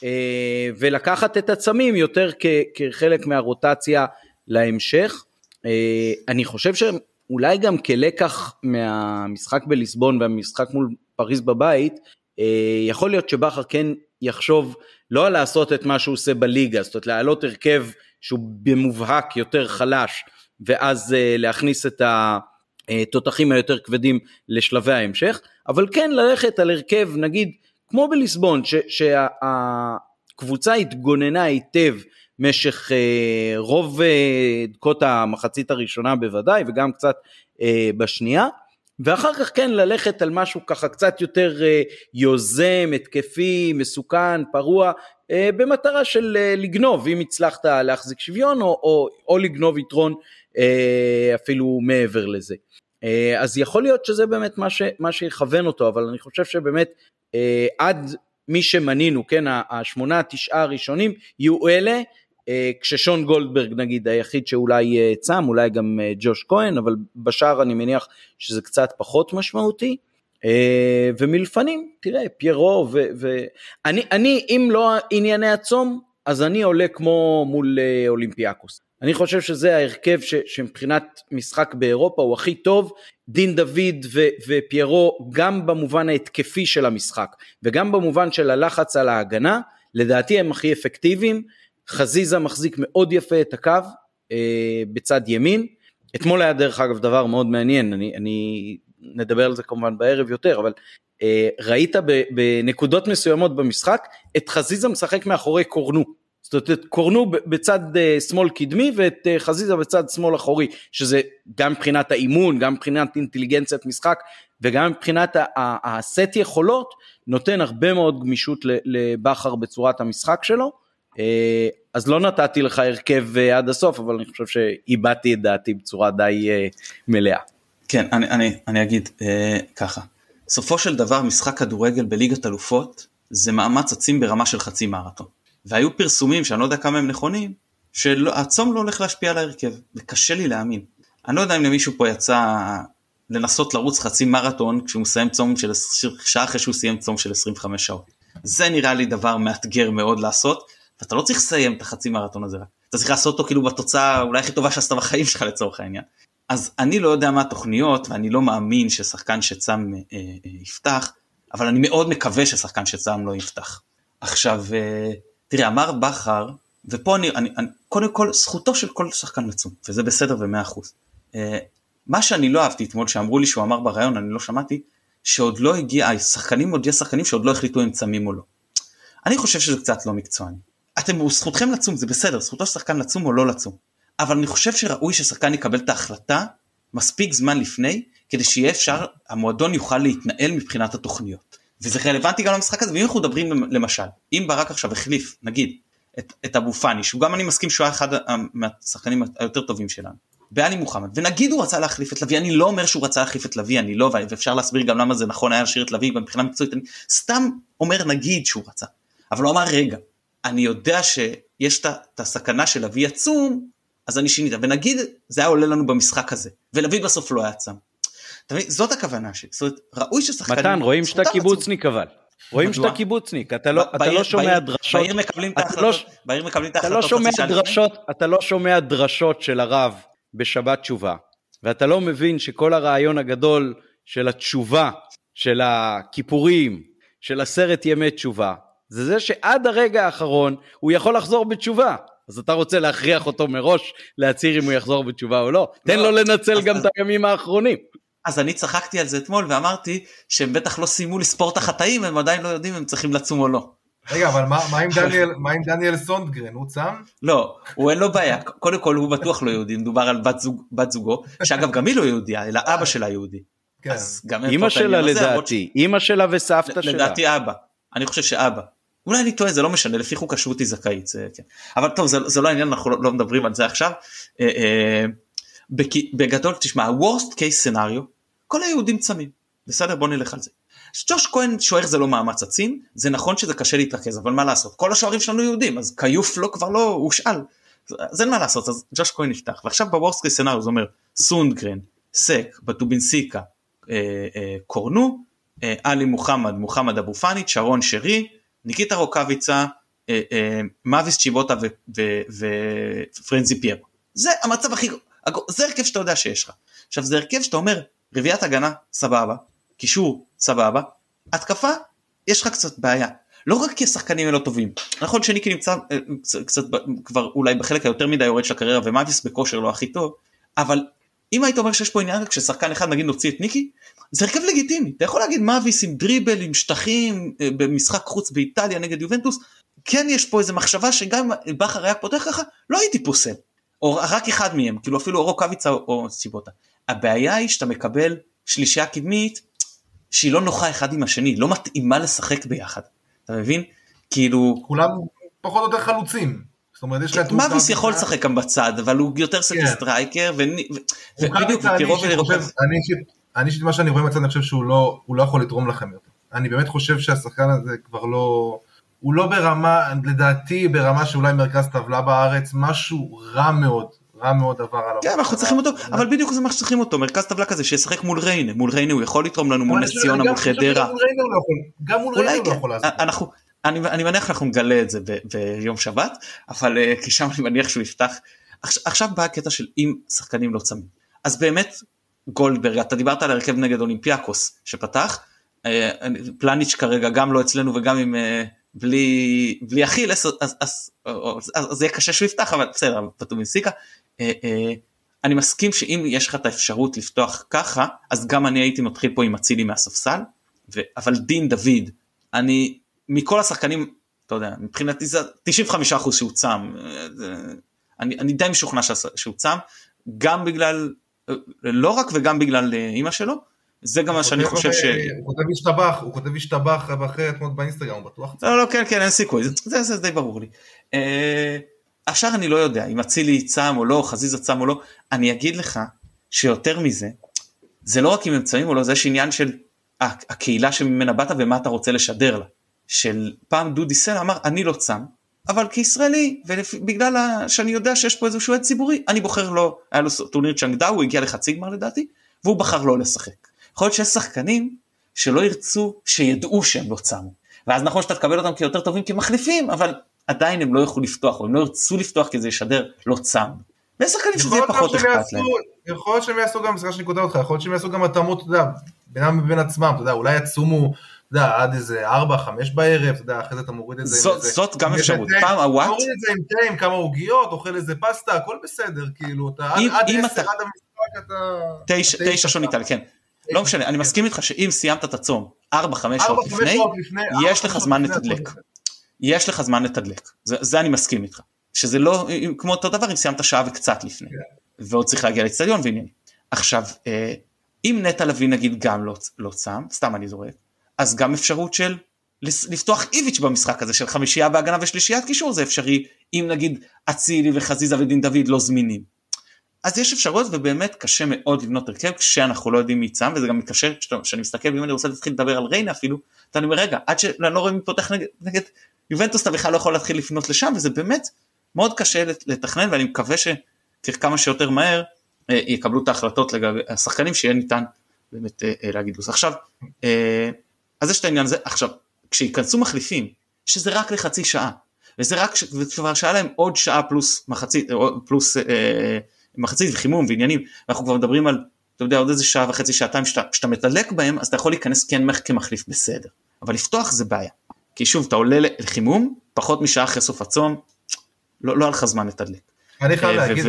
ולקחת את הצמים יותר כחלק מהרוטציה להמשך. אני חושב שאולי גם כלקח מהמשחק בליסבון והמשחק מול פריז בבית, יכול להיות שבחר כן יחשוב לא לעשות את מה שהוא עושה בליגה, זאת אומרת להעלות הרכב שהוא במובהק יותר חלש, ואז להכניס את התותחים היותר כבדים לשלבי ההמשך, אבל כן ללכת על הרכב נגיד כמו בליסבון, שהקבוצה התגוננה היטב, משך רוב דקות המחצית הראשונה בוודאי, וגם קצת בשנייה, ואחר כך כן ללכת על משהו ככה קצת יותר יוזם, התקפי, מסוכן, פרוע, במטרה של לגנוב, אם הצלחת להחזיק שוויון, או לגנוב יתרון אפילו מעבר לזה. אז יכול להיות שזה באמת מה שיכוון אותו, אבל אני חושב שבאמת עד מי שמנינו, כן, 8-9 הראשונים, יהיו אלה, כששון גולדברג נגיד היחיד שאולי צם, אולי גם ג'וש כהן, אבל בשאר אני מניח שזה קצת פחות משמעותי, ומלפנים, תראה, פיירו, אני אם לא ענייני הצום, אז אני עולה כמו מול אולימפיאקוס. אני חושב שזה ההרכב שמבחינת משחק באירופה הוא הכי טוב, דין דוד ופיירו, גם במובן ההתקפי של המשחק, וגם במובן של הלחץ על ההגנה, לדעתי הם הכי אפקטיביים. חזיזה מחזיק מאוד יפה את הקו בצד ימין. אתמול היה דרך אגב דבר מאוד מעניין, אני נדבר על זה כמובן בערב יותר, אבל ראית בנקודות מסוימות במשחק את חזיזה משחק מאחורי קורנו, זאת אומרת קורנו בצד שמאל קדמי ואת חזיזה בצד שמאל אחורי, שזה גם מבחינת האימון, גם מבחינת אינטליגנציית משחק, וגם מבחינת הסט יכולות, נותן הרבה מאוד גמישות לבחר בצורת המשחק שלו. אז לא נתתי לך הרכב עד הסוף, אבל אני חושב שאיבדתי את דעתי בצורה די מלאה. כן, אני אגיד ככה, סופו של דבר משחק כדורגל בליגת אלופות, זה מאמץ עצים ברמה של חצי מרתון, והיו פרסומים שאני לא יודע כמה הם נכונים, שהצום לא הולך להשפיע על ההרכב, וקשה לי להאמין. אני לא יודע אם למישהו פה יצא לנסות לרוץ חצי מרתון, כשהוא מסיים צום של שעה אחרי שהוא סיים צום של 25 שעות. זה נראה לי דבר מאתגר מאוד לעשות, ואתה לא צריך לסיים את החצי מרתון הזה, אתה צריך לעשות אותו כאילו בתוצאה אולי הכי טובה שעשת בחיים שלך לצורך העניין. אז אני לא יודע מה התוכניות, ואני לא מאמין ששחקן שצם יפתח, אבל אני מאוד מקווה ששחקן שצם לא יפתח. עכשיו, תראה, אמר בכר, ופה אני קודם כל, זכותו של כל שחקן לצום, וזה בסדר ו100%. מה שאני לא אהבתי אתמול, שאמרו לי שהוא אמר ברעיון, אני לא שמעתי, שעוד לא הגיע, עוד יש שחקנים שעוד לא החליטו אם צמים או לא. אני חושב שזה קצת לא מקצועני. זכותכם לצום, זה בסדר, זכותו של שחקן לצום או לא לצום. אבל אני חושב שראוי ששחקן יקבל את ההחלטה, מספיק זמן לפני, כדי שיהיה אפשר, המועדון יוכל להתנהל מבחינת התוכניות. וזה רלוונטי גם למשחק הזה, ואם אנחנו מדברים למשל, אם ברק עכשיו החליף, נגיד, את אבו פאני, שהוא גם אני מסכים שהוא היה אחד מהשחקנים היותר טובים שלנו, בעלי מוחמד, ונגיד הוא רצה להחליף את לוי, אני לא אומר שהוא רצה להחליף את לוי, אני לא, ואפשר להסביר גם למה זה נכון היה להשאיר את לוי, מבחינה מקצועית, אני סתם אומר נגיד שהוא רצה, אבל הוא אמר רגע, אני יודע שיש את הסכנה של לוי עצום, אז אני שינית, ונגיד זה היה עולה לנו במשחק הזה, ולוי בסוף לא היה עצם. זאת הכוונה שלי, זאת אומרת, ראוי ששחקנים... מתן, רואים שאתה קיבוצניק אבל. רואים שאתה קיבוצניק, אתה לא שומע דרשות. בעיר מקבלים את ההחלטות. אתה לא שומע דרשות של הרב בשבת תשובה, ואתה לא מבין שכל הרעיון הגדול של התשובה, של הכיפורים, של 10 ימי תשובה, זה שעד הרגע האחרון הוא יכול לחזור בתשובה. אז אתה רוצה להכריח אותו מראש, להצהיר אם הוא יחזור בתשובה או לא. תן לו לנצל גם את הימים האחרונים. אז אני צחקתי על זה אתמול ואמרתי שהם בטח לא סיימו לספור את החטאים, הם עדיין לא יודעים אם צריכים לצום או לא. רגע, אבל מה עם דניאל סונדגרן, הוא צם? לא, הוא אין לו בעיה, קודם כל הוא בטוח לא יהודי, מדובר על בת זוגו, שאגב גם היא לא יהודיה, אלא אבא שלה יהודי. אמא שלה לדעתי, אמא שלה וסבתא שלה. לדעתי אבא, אני חושב שאבא. אולי אני טועה, זה לא משנה, לפי חוק השבות היא זכאית, אבל טוב, זה לא העניין, אנחנו לא מדברים על זה עכשיו. בגדול, תשמע, ה-worst case scenario, כל היהודים צמים, בסדר, בוא נלך על זה. ג'וש כהן שוער זה לא מאמץ עצים, זה נכון שזה קשה להתרכז, אבל מה לעשות? כל השוערים שלנו יהודים, אז קיוף לא כבר לא, הוא שאל, אז אין מה לעשות, אז ג'וש כהן נפתח, ועכשיו ב-worst case scenario זה אומר, סונדגרן, סק, בטובינסיקה, קורנו, עלי מוחמד אבו פאני, שרון שרי, ניקיטה רוקביצה, מאביס צ'יבוטה ופרנזי פיירו. זה המצב הכי, זה הרכב שאתה יודע שיש לך. עכשיו זה הרכב שאתה אומר, רביעת הגנה, סבבה, קישור, סבבה, התקפה, יש לך קצת בעיה. לא רק כי השחקנים לא טובים. נכון שניקי נמצא קצת כבר אולי בחלק היותר מדי יורד של הקריירה, ומאביס בכושר לא הכי טוב, אבל אם היית אומר שיש פה עניין רק כששחקן אחד נגיד נוציא את ניקי, זה הרכב לגיטימי. אתה יכול להגיד מאביס עם דריבל, עם שטחים, במשחק חוץ באיטליה נגד יובנטוס, כן יש פה איזו מחשבה שגם בכר היה פותח ככה, לא הייתי פוסל. או רק אחד מהם, כאילו אפילו רוקביצה או ציבוטה. הבעיה היא שאתה מקבל שלישייה קדמית, שהיא לא נוחה אחד עם השני, לא מתאימה לשחק ביחד. אתה מבין? כאילו... כולם פחות או יותר חלוצים. זאת אומרת, יש לך... מאביס יכול לשחק גם בצד, אבל הוא יותר סטרייקר, ובדיוק, אני אישית מה שאני רואה מצד, אני חושב שהוא לא יכול לתרום לכם יותר. אני באמת חושב שהשחקן הזה כבר לא... הוא לא ברמה, לדעתי ברמה שאולי מרכז טבלה בארץ, משהו רע מאוד עבר עליו. כן, אנחנו צריכים אותו, אבל בדיוק זה מה שצריכים אותו, מרכז טבלה כזה שישחק מול ריינה, הוא יכול לתרום לנו מול נס ציונה, מול חדרה. גם מול ריינה הוא לא יכול לעשות. אני מניח אנחנו נגלה את זה ביום שבת, אבל כי שם אני מניח שהוא יפתח. עכשיו בא הקטע של אם שחקנים לא צמים. אז באמת גולדברג, אתה דיברת על הרכב נגד אולימפיאקוס שפתח, פלניץ' כרגע גם לא אצלנו וגם עם... בלי אכיל, אז זה יהיה קשה שהוא יפתח, אבל בסדר, פטומינסיקה, אני מסכים שאם יש לך את האפשרות לפתוח ככה, אז גם אני הייתי מתחיל פה עם הצילי מהספסל, אבל דין דוד, אני, מכל השחקנים, אתה יודע, מבחינתי זה 95% שהוא צם, אני די משוכנע שהוא צם, גם בגלל, לא רק וגם בגלל אמא שלו, זה גם מה שאני חושב ש... הוא כותב השתבח אחרי אתמול באינסטגרם, בטוח. לא, כן, אין סיכוי, זה די ברור לי. עכשיו אני לא יודע, אם הצילי צם או לא, חזיזה צם או לא, אני אגיד לך שיותר מזה, זה לא רק אם הם צמים או לא, זה יש עניין של הקהילה שממנה באת ומה אתה רוצה לשדר לה. של פעם דודי סלע אמר, אני לא צם, אבל כישראלי, ובגלל שאני יודע שיש פה איזשהו עד ציבורי, אני בוחר לו, היה לו טורניר צ'אנגדאו, הוא הגיע לחצי גמר לדעתי, והוא בחר לא לשחק. יכול להיות שיש שחקנים שלא ירצו, שידעו שהם לא צמו. ואז נכון שאתה תקבל אותם כיותר טובים כמחליפים, אבל עדיין הם לא יכולו לפתוח, או הם לא ירצו לפתוח כי זה ישדר לא צם. ויש שחקנים שזה יהיה פחות אכפת להם. יכול להיות שהם יעשו גם, סליחה שאני קוטע אותך, יכול להיות שהם יעשו גם התאמות, אתה יודע, בינם ובין עצמם, אתה יודע, אולי יצומו אתה יודע, עד איזה 4-5 בערב, אתה יודע, אחרי זה אתה מוריד את זה. זאת גם אפשרות, פעם הוואט. מוריד את זה עם תה, עם כמה עוגיות, אוכל איזה פסטה, הכל בסדר, כאילו, אתה עד 10, עד המשחק אתה... 9 שונית, כן. לא משנה, אני מסכים איתך שאם סיימת את הצום 4-5 שעות לפני, יש לך זמן לתדלק. יש לך זמן לתדלק, זה אני מסכים איתך. שזה לא כמו אותו דבר אם סיימת שעה וקצת לפני, ועוד צריך להגיע לאצטדיון ועניינים. עכשיו, אם נטע לביא נגיד גם לא צם, סתם אני זורק, אז גם אפשרות של לפתוח איביץ' במשחק הזה של חמישייה בהגנה ושלישיית קישור, זה אפשרי אם נגיד אצילי וחזיזה ודין דוד לא זמינים. אז יש אפשרות ובאמת קשה מאוד לבנות הרכב כשאנחנו לא יודעים מי צם, וזה גם מתקשר, כשאני מסתכל ואם אני רוצה להתחיל לדבר על ריינה אפילו, אתה אומר רגע, עד שאני לא רואה מי פותח נגד יובנטוס, אתה בכלל לא יכול להתחיל לפנות לשם, וזה באמת מאוד קשה לתכנן, ואני מקווה שכמה שיותר מהר יקבלו את ההחלטות לגבי השחקנים, שיהיה ניתן באמת להגיד לו"ז. עכשיו, אז יש את העניין הזה, עכשיו, כשיכנסו מחליפים, שזה רק לחצי שעה, וזה רק, וכבר שעה להם עוד שעה פלוס מחצית וחימום ועניינים, ואנחנו כבר מדברים על, אתה יודע, עוד איזה שעה וחצי, שעתיים, שאתה מתדלק בהם, אז אתה יכול להיכנס כן כמחליף בסדר, אבל לפתוח זה בעיה, כי שוב, אתה עולה לחימום, פחות משעה אחרי סוף הצום, לא היה לך זמן לתדלק. אני חייב להגיד,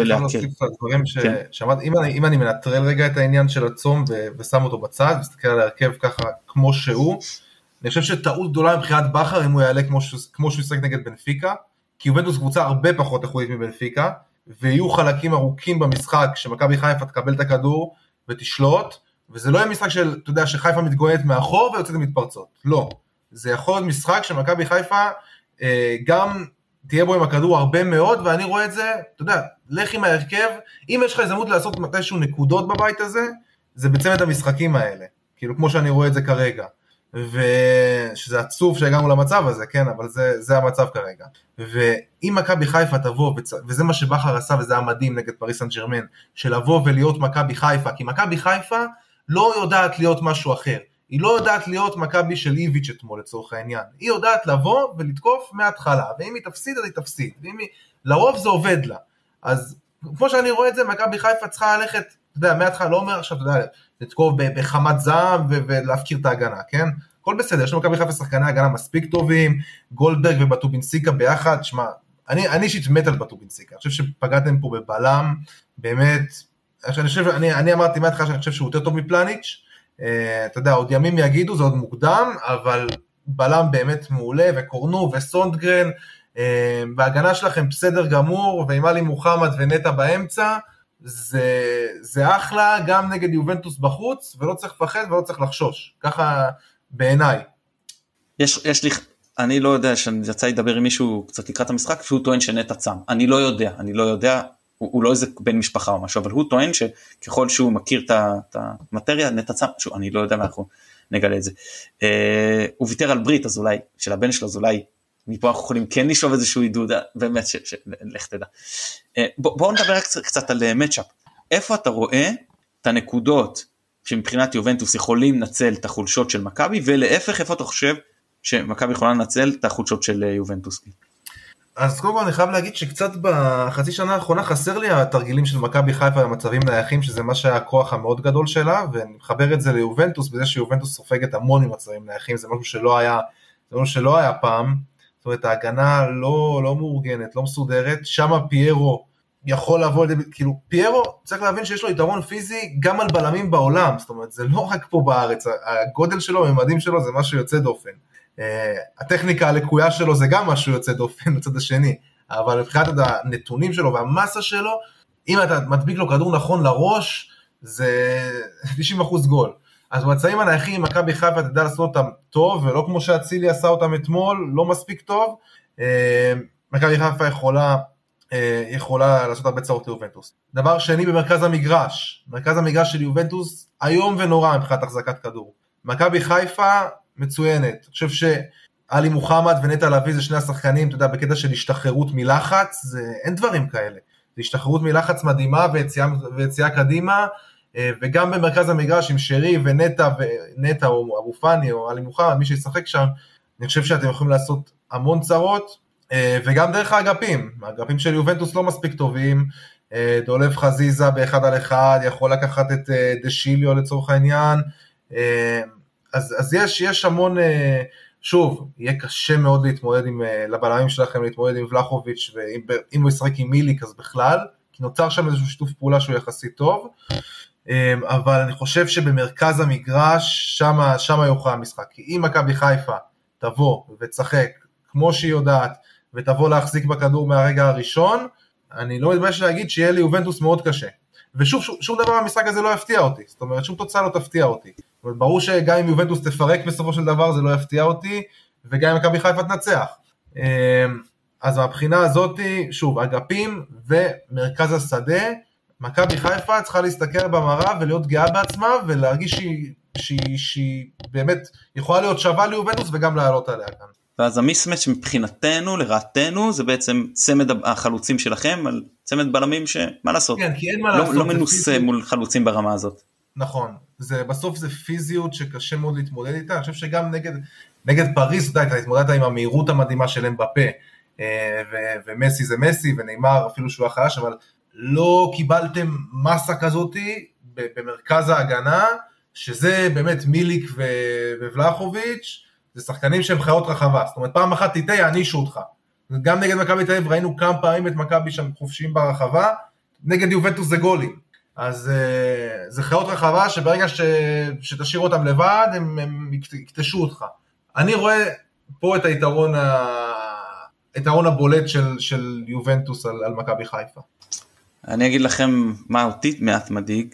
אם אני מנטרל רגע את העניין של הצום, ושם אותו בצד, מסתכל על ההרכב ככה כמו שהוא, אני חושב שטעות גדולה מבחינת בכר, אם הוא יעלה כמו שהוא ישחק נגד בנפיקה, כי יובנטוס קבוצה הרבה פחות איכותית מבנפיקה, ויהיו חלקים ארוכים במשחק, שמכבי חיפה תקבל את הכדור ותשלוט, וזה לא יהיה משחק של, אתה יודע, שחיפה מתגוננת מאחור ויוצאת למתפרצות, לא. זה יכול להיות משחק שמכבי חיפה גם תהיה בו עם הכדור הרבה מאוד, ואני רואה את זה, אתה יודע, לך עם ההרכב, אם יש לך הזדמנות לעשות מתישהו נקודות בבית הזה, זה בצמד המשחקים האלה, כאילו כמו שאני רואה את זה כרגע, ושזה עצוב שהגענו למצב הזה, כן, אבל זה המצב כרגע, ואם מכבי חיפה תבוא, וזה מה שבכר עשה, וזה היה מדהים נגד פריס סן ז'רמן, של לבוא ולהיות מכבי חיפה, כי מכבי חיפה לא יודעת להיות משהו אחר, היא לא יודעת להיות מכבי של איביץ' אתמול לצורך העניין, היא יודעת לבוא ולתקוף מההתחלה, ואם היא תפסיד אז היא תפסיד, לרוב זה עובד לה, אז כמו שאני רואה את זה, מכבי חיפה צריכה ללכת, אתה יודע, מההתחלה לא אומר עכשיו, אתה יודע, לתקוף בחמת זעם ולהפקיר את ההגנה, כן? הכל בסדר, יש למכבי חיפה שחקני הגנה מספיק טובים, גולדברג ובטובינסיקה ביחד, שמה, אני אישית מת על בטובינסיקה, אני חושב שפגעתם פה בבלם, באמת, אני אמרתי מההתחלה שאני חושב שהוא יותר טוב מפלניץ', אתה יודע, עוד ימים יגידו, זה עוד מוקדם, אבל בלם באמת מעולה, וקורנו וסונדגרן, וההגנה שלכם בסדר גמור, ועם עלי מוחמד ונטע באמצע, זה אחלה, גם נגד יובנטוס בחוץ, ולא צריך לפחד ולא צריך לחשוש, ככה בעיניי. יש לי, אני לא יודע, שאני יצא לדבר עם מישהו קצת לקראת המשחק, שהוא טוען שנטע צם, אני לא יודע, הוא לא איזה בן משפחה או משהו, אבל הוא טוען שככל שהוא מכיר את המטריה, נטע צם, אני לא יודע מה אנחנו נגלה את זה. הוא ויתר על ברית, אז אולי, של הבן שלו, אז אולי, מפה אנחנו יכולים כן לשאוב איזשהו עידוד, באמת, לך תדע. בואו נדבר קצת על מצ'אפ. איפה אתה רואה את הנקודות שמבחינת יובנטוס יכולים לנצל את החולשות של מכבי, ולהפך, איפה אתה חושב שמכבי יכולה לנצל את החולשות של יובנטוס? אז קודם כל אני חייב להגיד שקצת בחצי שנה האחרונה חסר לי התרגילים של מכבי חיפה במצבים נייחים, שזה מה שהיה הכוח המאוד גדול שלה, ואני מחבר את זה ליובנטוס, בזה שיובנטוס סופגת המון ממצבים נייחים, זה משהו שלא היה פעם, זאת אומרת ההגנה לא מאורגנת, לא מסודרת, שם פיירו יכול לבוא, כאילו פיירו צריך להבין שיש לו יתרון פיזי גם על בלמים בעולם, זאת אומרת זה לא רק פה בארץ, הגודל שלו, הממדים שלו זה משהו יוצא דופן, הטכניקה הלקויה שלו זה גם משהו יוצא דופן לצד השני, אבל מבחינת הנתונים שלו והמסה שלו, אם אתה מדביק לו כדור נכון לראש, זה 90% גול. אז במצבים הנייחים, מכבי חיפה תדע לעשות אותם טוב, ולא כמו שהצילי עשה אותם אתמול, לא מספיק טוב, מכבי חיפה יכולה לעשות הרבה צרות ליובנטוס. דבר שני במרכז המגרש, מרכז המגרש של יובנטוס, היום ונורא מבחינת החזקת כדור. מכבי חיפה מצוינת, אני חושב שעלי מוחמד ונטע לביא זה שני השחקנים, אתה יודע, בקטע של השתחררות מלחץ, אין דברים כאלה, זה השתחררות מלחץ מדהימה ויציאה קדימה, וגם במרכז המגרש עם שרי ונטע או אבו פני או עלי מוחמד, מי שישחק שם, אני חושב שאתם יכולים לעשות המון צרות, וגם דרך האגפים של יובנטוס לא מספיק טובים, דולב חזיזה באחד על אחד, יכול לקחת את דשיליו לצורך העניין, אז יש המון, שוב, יהיה קשה מאוד להתמודד לבלמים שלכם, להתמודד עם ולחוביץ', ואם הוא ישחק עם מיליק אז בכלל, כי נוצר שם איזשהו שיתוף פעולה שהוא יחסית טוב, אבל אני חושב שבמרכז המגרש, שם יוכל המשחק, כי אם מכבי חיפה תבוא ותשחק כמו שהיא יודעת, ותבוא להחזיק בכדור מהרגע הראשון, אני לא מתבייש להגיד שיהיה לי יובנטוס מאוד קשה, ושוב, שום דבר במשחק הזה לא יפתיע אותי, זאת אומרת, שום תוצאה לא תפתיע אותי, זאת אומרת, ברור שגם אם יובנטוס תפרק בסופו של דבר, זה לא יפתיע אותי, וגם אם מכבי חיפה תנצח, אז מהבחינה הזאת, שוב, אגפים ומרכז השדה, מכבי חיפה צריכה להסתכל במראה ולהיות גאה בעצמה, ולהרגיש שהיא באמת יכולה להיות שווה ליובנטוס וגם לעלות עליה כאן. ואז המיסמץ' מבחינתנו, לרעתנו, זה בעצם צמד החלוצים שלכם, על צמד בלמים שמה לעשות? כן, כי אין מה לעשות. לא מנוסה מול חלוצים ברמה הזאת. נכון, בסוף זה פיזיות שקשה מאוד להתמודד איתה, אני חושב שגם נגד פריז, אתה התמודדת עם המהירות המדהימה של אמבפה, ומסי זה מסי, וניימר אפילו שהוא החלש, אבל לא קיבלתם מסה כזאת במרכז ההגנה, שזה באמת מיליק ובלחוביץ', זה שחקנים שהם חיות רחבה, זאת אומרת פעם אחת תיתה יענישו אותך, גם נגד מכבי תל אביב ראינו כמה פעמים את מכבי שם חופשיים ברחבה, נגד יובנטוס זה גולים, אז זה חיות רחבה שברגע שתשאיר אותם לבד, הם יקטשו אותך. אני רואה פה את היתרון הבולט של יובנטוס על מכבי חיפה. אני אגיד לכם מה אותי מעט מדאיג,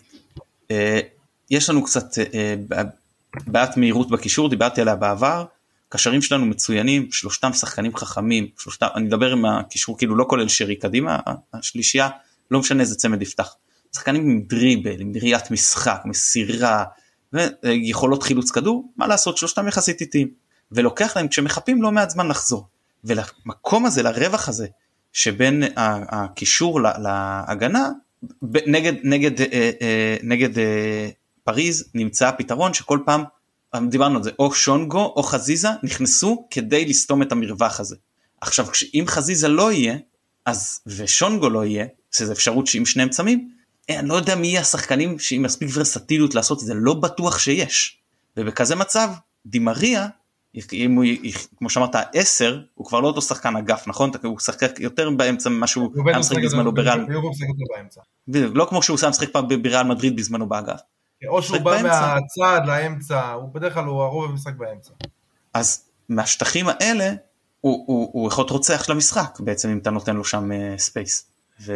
יש לנו קצת בעיית מהירות בקישור, דיברתי עליה בעבר, קשרים שלנו מצוינים, שלושתם שחקנים חכמים, אני מדבר עם הקישור כאילו לא כולל שרי קדימה, השלישייה, לא משנה איזה צמד יפתח, שחקנים עם דריבל, עם ראיית משחק, מסירה, ויכולות חילוץ כדור, מה לעשות, שלושתם יחסית איטיים, ולוקח להם כשמחפים לא מעט זמן לחזור, ולמקום הזה, לרווח הזה, שבין הקישור להגנה, נגד פריז נמצא הפתרון שכל פעם, דיברנו על זה, או שונגו או חזיזה נכנסו כדי לסתום את המרווח הזה. עכשיו, אם חזיזה לא יהיה, ושונגו לא יהיה, שזו אפשרות שאם שניהם צמים, אני לא יודע מי יהיה השחקנים שעם מספיק ורסטיליות לעשות את זה, לא בטוח שיש. ובכזה מצב, דימריה, אם הוא, כמו שאמרת, 10, הוא כבר לא אותו שחקן אגף, נכון? הוא שחק יותר באמצע משהו, היה משחק בזמנו בריאל. לא כמו שהוא משחק פעם בריאל מדריד בזמנו באגף. או שהוא בא מהצד לאמצע, הוא בדרך כלל הוא הרוב המשחק באמצע. אז מהשטחים האלה, הוא יכול רוצח למשחק, בעצם אם אתה נותן לו שם ספייס.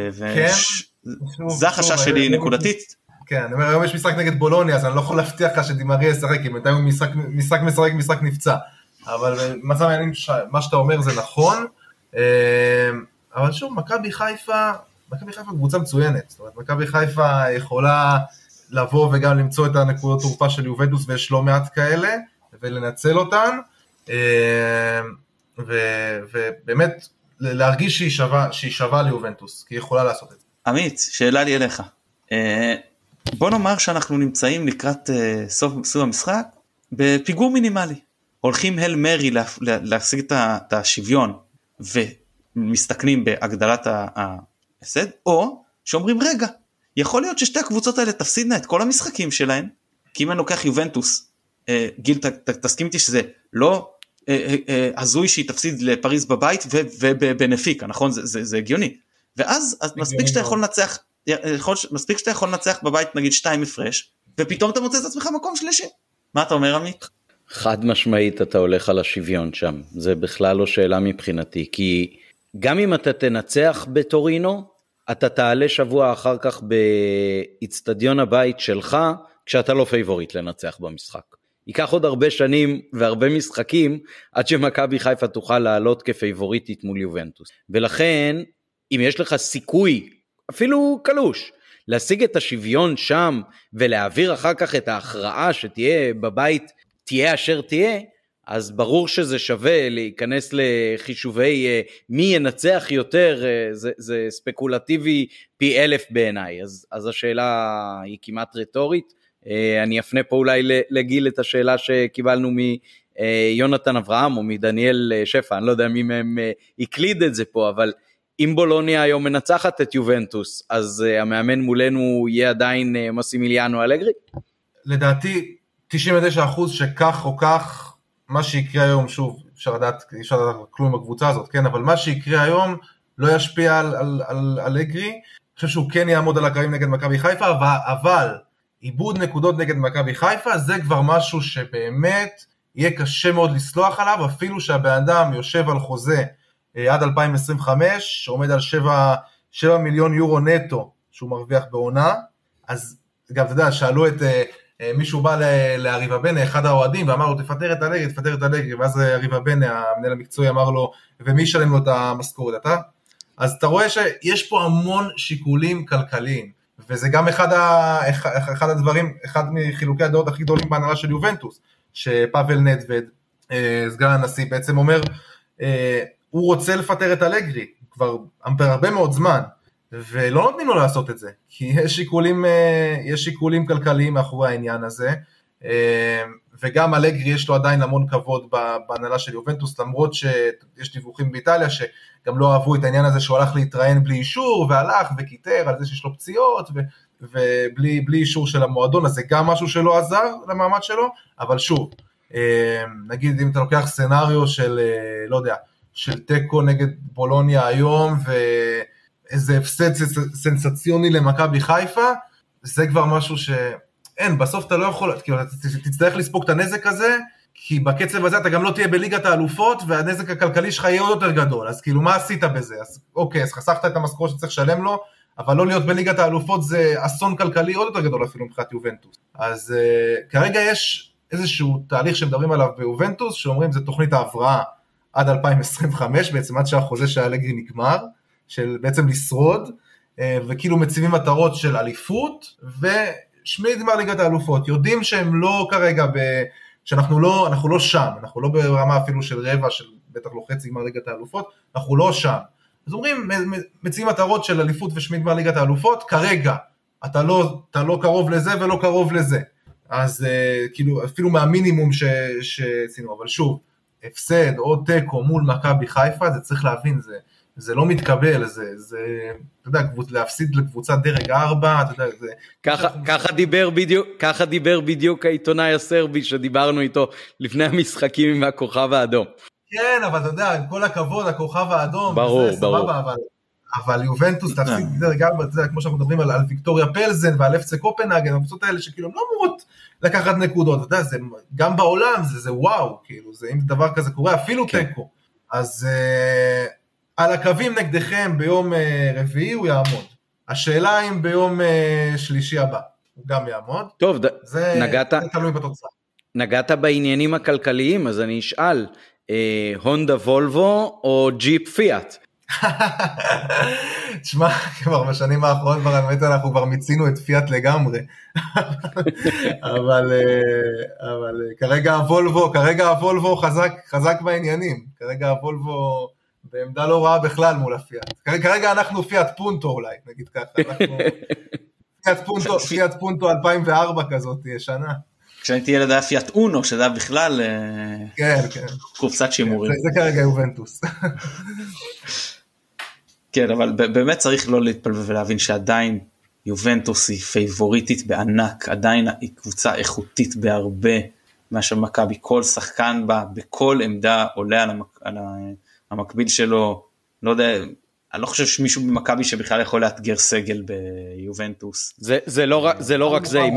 זה החשש שלי נקודתית. כן, אני אומר, היום יש משחק נגד בולוניה, אז אני לא יכול להבטיח לך שדימריה ישחק, כי בינתיים הוא משחק נפצע. אבל במצב העניינים, מה שאתה אומר זה נכון, אבל שוב, מכבי חיפה קבוצה מצוינת, זאת אומרת, מכבי חיפה יכולה לבוא וגם למצוא את הנקודות תורפה של יובנטוס, ויש לא מעט כאלה, ולנצל אותן, ובאמת להרגיש שהיא שווה ליובנטוס, כי היא יכולה לעשות את זה. עמית, שאלה לי אליך. בוא נאמר שאנחנו נמצאים לקראת סוף המשחק, בפיגור מינימלי. הולכים הל מרי להשיג את השוויון, ומסתכנים בהגדלת ההפסד, או שאומרים רגע, יכול להיות ששתי הקבוצות האלה תפסידנה את כל המשחקים שלהן, כי אם אני לוקח יובנטוס, גיל תסכים איתי שזה לא הזוי שהיא תפסיד לפריז בבית ובנפיקה, נכון? זה הגיוני. ואז מספיק שאתה יכול לנצח, מספיק שאתה יכול לנצח בבית נגיד 2 הפרש, ופתאום אתה מוצא את עצמך מקום שלישי. מה אתה אומר עמית? חד משמעית אתה הולך על השוויון שם, זה בכלל לא שאלה מבחינתי, כי גם אם אתה תנצח בטורינו, אתה תעלה שבוע אחר כך באצטדיון הבית שלך, כשאתה לא פייבוריט לנצח במשחק. ייקח עוד הרבה שנים והרבה משחקים, עד שמכבי חיפה תוכל לעלות כפייבוריטית מול יובנטוס. ולכן, אם יש לך סיכוי, אפילו קלוש, להשיג את השוויון שם, ולהעביר אחר כך את ההכרעה שתהיה בבית, תהיה אשר תהיה, אז ברור שזה שווה להיכנס לחישובי מי ינצח יותר, זה ספקולטיבי פי 1000 בעיניי, אז השאלה היא כמעט רטורית, אני אפנה פה אולי לגיל את השאלה שקיבלנו מיונתן אברהם או מדניאל שפע, אני לא יודע מי מהם הקליד את זה פה, אבל אם בולוניה היום מנצחת את יובנטוס, אז המאמן מולנו יהיה עדיין מסימיליאנו אלגרי? לדעתי, 99% שכך או כך, מה שיקרה היום, שוב, אפשר לדעת כלום בקבוצה הזאת, כן, אבל מה שיקרה היום לא ישפיע על אלגרי, אני חושב שהוא כן יעמוד על הקרעים נגד מכבי חיפה, אבל איבוד נקודות נגד מכבי חיפה, זה כבר משהו שבאמת יהיה קשה מאוד לסלוח עליו, אפילו שהבן אדם יושב על חוזה עד 2025, שעומד על 7 מיליון יורו נטו, שהוא מרוויח בעונה, אז גם אתה יודע, שאלו את מישהו בא לאריבה בנה, אחד האוהדים, ואמר לו, תפטר את אלגרי, ואז אריבה בנה, המנהל המקצועי, אמר לו, ומי ישלם לו את המשכורת, אתה? אז אתה רואה שיש פה המון שיקולים כלכליים, וזה גם אחד הדברים, אחד מחילוקי הדעות הכי גדולים בהנהלה של יובנטוס, שפאבל נדווד, סגן הנשיא, בעצם אומר, הוא רוצה לפטר את אלגרי, כבר הרבה מאוד זמן, ולא נותנים לו לעשות את זה, כי יש שיקולים כלכליים מאחורי העניין הזה, וגם אלגרי יש לו עדיין המון כבוד בהנהלה של יובנטוס, למרות שיש דיווחים באיטליה שגם לא אהבו את העניין הזה שהוא הלך להתראיין בלי אישור, והלך וכיתר על זה שיש לו פציעות, ובלי אישור של המועדון, אז זה גם משהו שלא עזר למעמד שלו, אבל שוב, נגיד אם אתה לוקח סנריו של, לא יודע, של טקו נגד בולוניה היום, ואיזה הפסד סנסציוני למכבי חיפה, זה כבר משהו שאין, בסוף אתה לא יכול, כאילו, אתה תצטרך לספוג את הנזק הזה, כי בקצב הזה אתה גם לא תהיה בליגת האלופות, והנזק הכלכלי שלך יהיה עוד יותר גדול, אז כאילו מה עשית בזה? אז אוקיי, אז חסכת את המשכורת שצריך לשלם לו, אבל לא להיות בליגת האלופות זה אסון כלכלי עוד יותר גדול אפילו מבחינת יובנטוס. אז כרגע יש איזשהו תהליך שמדברים עליו ביובנטוס, שאומרים זה תוכנית ההבראה עד 2025, בעצם עד שהחוזה של אלגרי נגמר, של בעצם לשרוד, וכאילו מציבים מטרות של אליפות, ושמי גמר ליגת האלופות, יודעים שהם לא כרגע, שאנחנו לא שם, אנחנו לא ברמה אפילו של רבע, של בטח לא חצי גמר ליגת האלופות, אנחנו לא שם. אז אומרים, מציעים מטרות של אליפות ושמי גמר ליגת האלופות, כרגע, אתה לא קרוב לזה ולא קרוב לזה. אז כאילו, אפילו מהמינימום שעשינו, אבל שוב, הפסד או טקו מול מכבי חיפה, זה צריך להבין, זה לא מתקבל, זה, אתה יודע, להפסיד לקבוצת דרג 4, אתה יודע, זה... ככה דיבר בדיוק העיתונאי הסרבי, שדיברנו איתו לפני המשחקים עם הכוכב האדום. כן, אבל אתה יודע, עם כל הכבוד, הכוכב האדום, ברור. סבבה, אבל יובנטוס תפסיד דרג 4, אתה יודע, כמו שאנחנו מדברים על ויקטוריה פלזן ועל אפסי קופנהגן, הקבוצות האלה שכאילו לא אמורות לקחת נקודות, אתה יודע, גם בעולם זה וואו, כאילו, אם דבר כזה קורה, אפילו טקו, אז... על הקווים נגדכם ביום רביעי הוא יעמוד. השאלה אם ביום שלישי הבא הוא גם יעמוד. טוב, זה תלוי בתוצאה. נגעת בעניינים הכלכליים, אז אני אשאל, הונדה וולבו או ג'יפ פיאט? תשמע, כבר בשנים האחרונות אנחנו כבר מיצינו את פיאט לגמרי. אבל כרגע הוולבו חזק בעניינים. כרגע הוולבו בעמדה לא רעה בכלל מול הפיאט. כרגע אנחנו פיאט פונטו אולי, נגיד ככה. פיאט פונטו 2004 כזאת תהיה שנה. כשהייתי ילד היה פיאט אונו, שזה היה בכלל קופסת שימורים. זה כרגע יובנטוס. כן, אבל באמת צריך לא להתפלבל ולהבין שעדיין יובנטוס היא פייבוריטית בענק, עדיין היא קבוצה איכותית בהרבה מאשר מכבי, כל שחקן בה, בכל עמדה עולה על המקביל שלו, לא יודע, אני לא חושב שמישהו במכבי שבכלל יכול לאתגר סגל ביובנטוס. זה לא רק זה,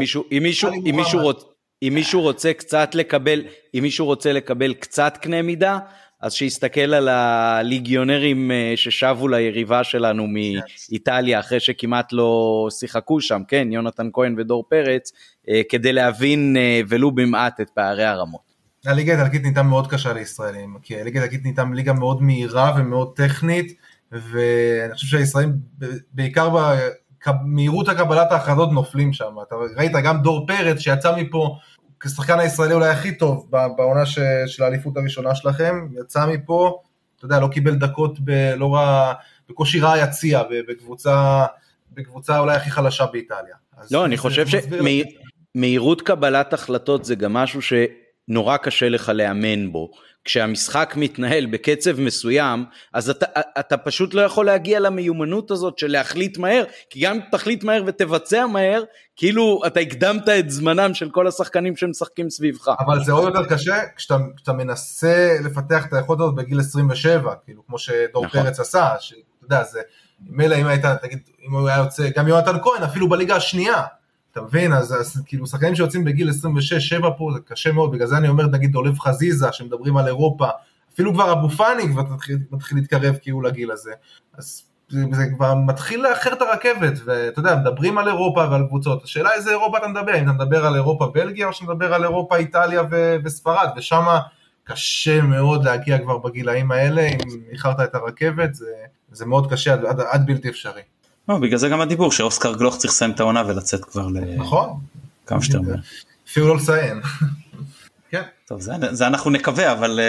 אם מישהו רוצה קצת לקבל, אם מישהו רוצה לקבל קצת קנה מידה, אז שיסתכל על הליגיונרים ששבו ליריבה שלנו מאיטליה, אחרי שכמעט לא שיחקו שם, כן, יונתן כהן ודור פרץ, כדי להבין ולו במעט את פערי הרמות. הליגה האיטלקית נהייתה מאוד קשה לישראלים, כי הליגה האיטלקית נהייתה ליגה מאוד מהירה ומאוד טכנית, ואני חושב שהישראלים בעיקר במהירות הקבלת ההחלטות נופלים שם. אתה ראית גם דור פרץ שיצא מפה, כשחקן הישראלי אולי הכי טוב בעונה של האליפות הראשונה שלכם, יצא מפה, אתה יודע, לא קיבל דקות בקושי רע יציע, בקבוצה אולי הכי חלשה באיטליה. לא, אני חושב שמהירות קבלת החלטות זה גם משהו נורא קשה לך לאמן בו. כשהמשחק מתנהל בקצב מסוים, אז אתה פשוט לא יכול להגיע למיומנות הזאת של להחליט מהר, כי גם אם תחליט מהר ותבצע מהר, כאילו אתה הקדמת את זמנם של כל השחקנים שמשחקים סביבך. אבל זה עוד יותר קשה כשאתה מנסה לפתח את היכולת הזאת בגיל 27, כאילו כמו שדור פרץ עשה, שאתה יודע, זה, מילא אם היית, תגיד, אם הוא היה יוצא, גם יונתן כהן, אפילו בליגה השנייה, אתה מבין, אז כאילו שחקנים שיוצאים בגיל 26-7 פה, זה קשה מאוד, בגלל זה אני אומר, נגיד דולב חזיזה, שמדברים על אירופה, אפילו כבר אבו פאני כבר מתחיל להתקרב כאילו לגיל הזה, אז זה כבר מתחיל לאחר את הרכבת, ואתה יודע, מדברים על אירופה ועל קבוצות, השאלה איזה אירופה אתה מדבר, אם אתה מדבר על אירופה בלגיה, או שמדבר על אירופה איטליה וספרד, ושם קשה מאוד להגיע כבר בגילאים האלה, אם איחרת את הרכבת, זה מאוד קשה, עד בלתי אפשרי. בגלל זה גם הדיבור שאוסקר גלוך צריך לסיים את העונה ולצאת כבר כמה שאתה אומר. אפילו לא לסיים. כן. טוב, זה אנחנו נקווה, אבל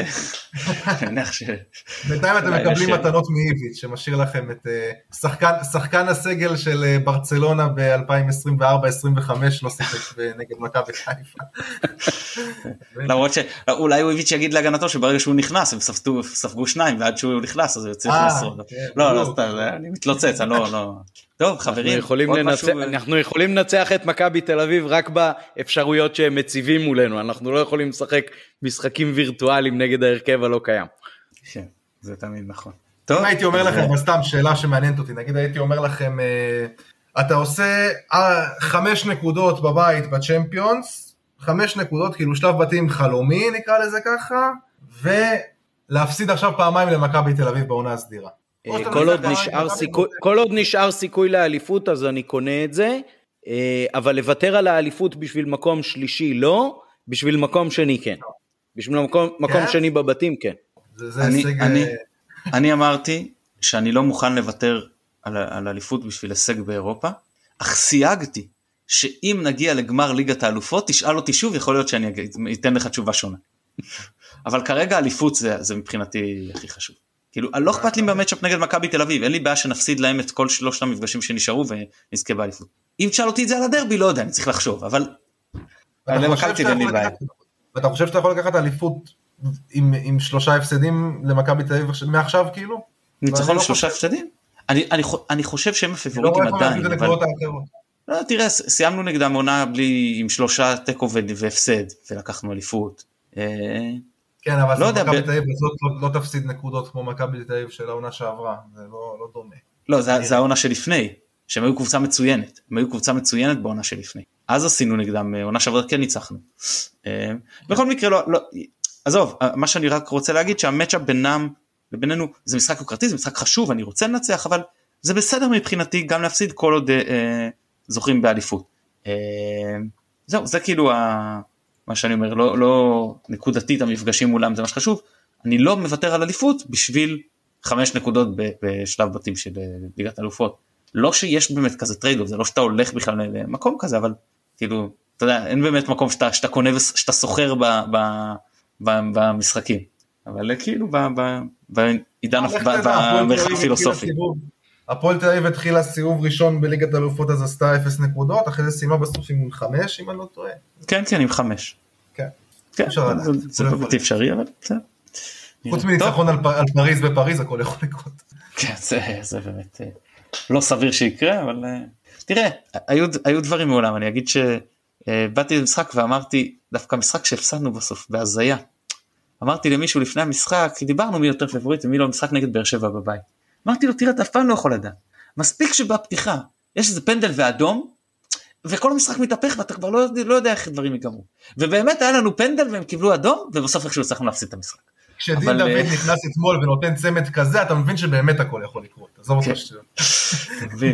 בינתיים אתם מקבלים מתנות מאיביץ' שמשאיר לכם את שחקן הסגל של ברצלונה ב-2024-2025 לא שיחק נגד מכבי חיפה. למרות שאולי הוא איביץ' יגיד להגנתו שברגע שהוא נכנס הם ספגו שניים ועד שהוא נכנס אז הוא יוצא לשרוד. לא, אני מתלוצץ, אני לא... טוב, חברים, אנחנו יכולים לנצח את מכבי תל אביב רק באפשרויות שהם מציבים מולנו, אנחנו לא יכולים לשחק משחקים וירטואליים נגד ההרכב הלא קיים. כן, זה תמיד נכון. אם הייתי אומר לכם, סתם שאלה שמעניינת אותי, נגיד הייתי אומר לכם, אתה עושה 5 נקודות בבית בצ'מפיונס, 5 נקודות, כאילו שלב בתים חלומי נקרא לזה ככה, ולהפסיד עכשיו פעמיים למכבי תל אביב בעונה הסדירה. כל עוד נשאר סיכוי לאליפות אז אני קונה את זה, אבל לוותר על האליפות בשביל מקום שלישי לא, בשביל מקום שני כן, בשביל מקום שני בבתים כן. אני אמרתי שאני לא מוכן לוותר על האליפות בשביל הישג באירופה, אך סייגתי שאם נגיע לגמר ליגת האלופות תשאל אותי שוב, יכול להיות שאני אתן לך תשובה שונה, אבל כרגע האליפות זה מבחינתי הכי חשוב. כאילו, לא אכפת לי במצ'אפ נגד מכבי תל אביב, אין לי בעיה שנפסיד להם את כל 3 המפגשים שנשארו ונזכה באליפות. אם תשאל אותי את זה על הדרבי, לא יודע, אני צריך לחשוב, אבל... ואתה חושב שאתה יכול לקחת אליפות עם 3 הפסדים למכבי תל אביב מעכשיו, כאילו? ניצחון 3 הפסדים? אני חושב שהם הפיבוריטים עדיין, אבל... לא, תראה, סיימנו נגדם עונה עם 3 תיקו והפסד, ולקחנו אליפות. כן, אבל מכבי תל אביב לא תפסיד נקודות כמו מכבי תל אביב של העונה שעברה, זה לא דומה. לא, זה העונה שלפני, שהם היו קבוצה מצוינת, הם היו קבוצה מצוינת בעונה שלפני. אז עשינו נגדם, עונה שעברה כן ניצחנו. בכל מקרה, לא, עזוב, מה שאני רק רוצה להגיד, שהמצ'אפ בינם ובינינו, זה משחק יוקרתי, זה משחק חשוב, אני רוצה לנצח, אבל זה בסדר מבחינתי גם להפסיד כל עוד זוכים באליפות. זהו, זה כאילו מה שאני אומר, לא נקודתית המפגשים מולם, זה מה שחשוב, אני לא מוותר על אליפות בשביל 5 נקודות בשלב בתים של ליגת אלופות. לא שיש באמת כזה טרייד-אוף, זה לא שאתה הולך בכלל למקום כזה, אבל כאילו, אתה יודע, אין באמת מקום שאתה קונה ושאתה סוחר במשחקים. אבל כאילו, בעידן, במרחב פילוסופי. הפועל תל אביב התחילה סיבוב ראשון בליגת אלופות, אז עשתה 0 נקודות, אחרי זה סיימה בסוף עם 5, אם אני לא טועה. כן, עם 5. כן. זה בלתי אפשרי, אבל בסדר. חוץ מניצחון על פריז בפריז, הכל יכול לקרות. כן, זה באמת לא סביר שיקרה, אבל תראה, היו דברים מעולם, אני אגיד שבאתי למשחק ואמרתי, דווקא משחק שהפסדנו בסוף, בהזיה. אמרתי למישהו לפני המשחק, דיברנו מי יותר פבוריט ומי לא, משחק נגד באר שבע בבית. אמרתי לו, תראה, אתה אף פעם לא יכול לדעת. מספיק שבפתיחה יש איזה פנדל ואדום, וכל המשחק מתהפך, ואתה כבר לא יודע איך דברים ייגמרו. ובאמת היה לנו פנדל, והם קיבלו אדום, ובסוף איכשהו הצלחנו להפסיד את המשחק. כשדין דוד נכנס אתמול ונותן צמד כזה, אתה מבין שבאמת הכל יכול לקרות. עזוב אותך שטויות. מבין.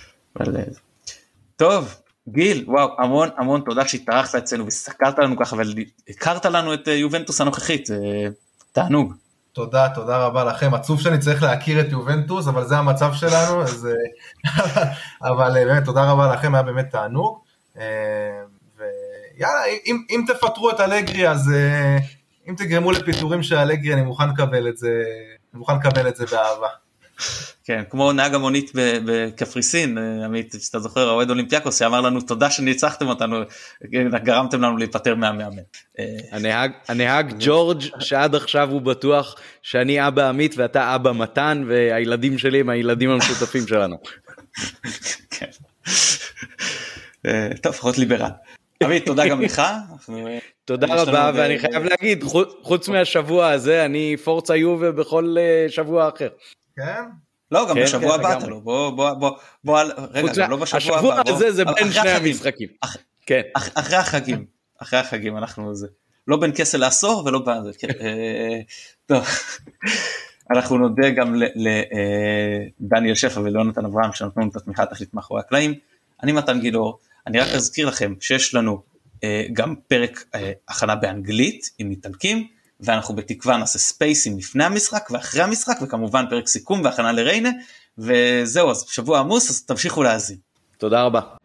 טוב, גיל, וואו, המון תודה שהתארחת אצלנו, וסקרת לנו ככה, והכרת לנו את יובנטוס הנוכחית. תענוג. תודה רבה לכם, עצוב שאני צריך להכיר את יובנטוס, אבל זה המצב שלנו, אבל באמת תודה רבה לכם, היה באמת תענוג, ויאללה, אם תפטרו את אלגרי, אז אם תגרמו לפיטורים של אלגרי, אני מוכן לקבל את זה באהבה. כן, כמו נהג המונית בקפריסין, עמית, שאתה זוכר, האוהד אולימפיאקוס, שאמר לנו תודה שניצחתם אותנו, גרמתם לנו להיפטר מהמאמן. הנהג ג'ורג' שעד עכשיו הוא בטוח שאני אבא עמית ואתה אבא מתן, והילדים שלי הם הילדים המשותפים שלנו. כן. טוב, פחות ליברל. עמית, תודה גם לך. תודה רבה, ואני חייב להגיד, חוץ מהשבוע הזה, אני פורצה יובה בכל שבוע אחר. כן? לא, גם בשבוע הבא אתה לא, בוא, רגע, גם לא בשבוע הבא. השבוע הזה זה בין שני המשחקים. אחרי החגים, אנחנו זה. לא בין כסל לעשור ולא בזה. טוב, אנחנו נודה גם לדניאל שפע ולאונתן אברהם, שנתנו את התמיכה התחלית מאחורי הקלעים. אני מתן גילאור, אני רק אזכיר לכם שיש לנו גם פרק הכנה באנגלית עם איטלקים, ואנחנו בתקווה נעשה ספייסים לפני המשחק ואחרי המשחק, וכמובן פרק סיכום והכנה לריינה, וזהו, אז שבוע עמוס, אז תמשיכו להאזין. תודה רבה.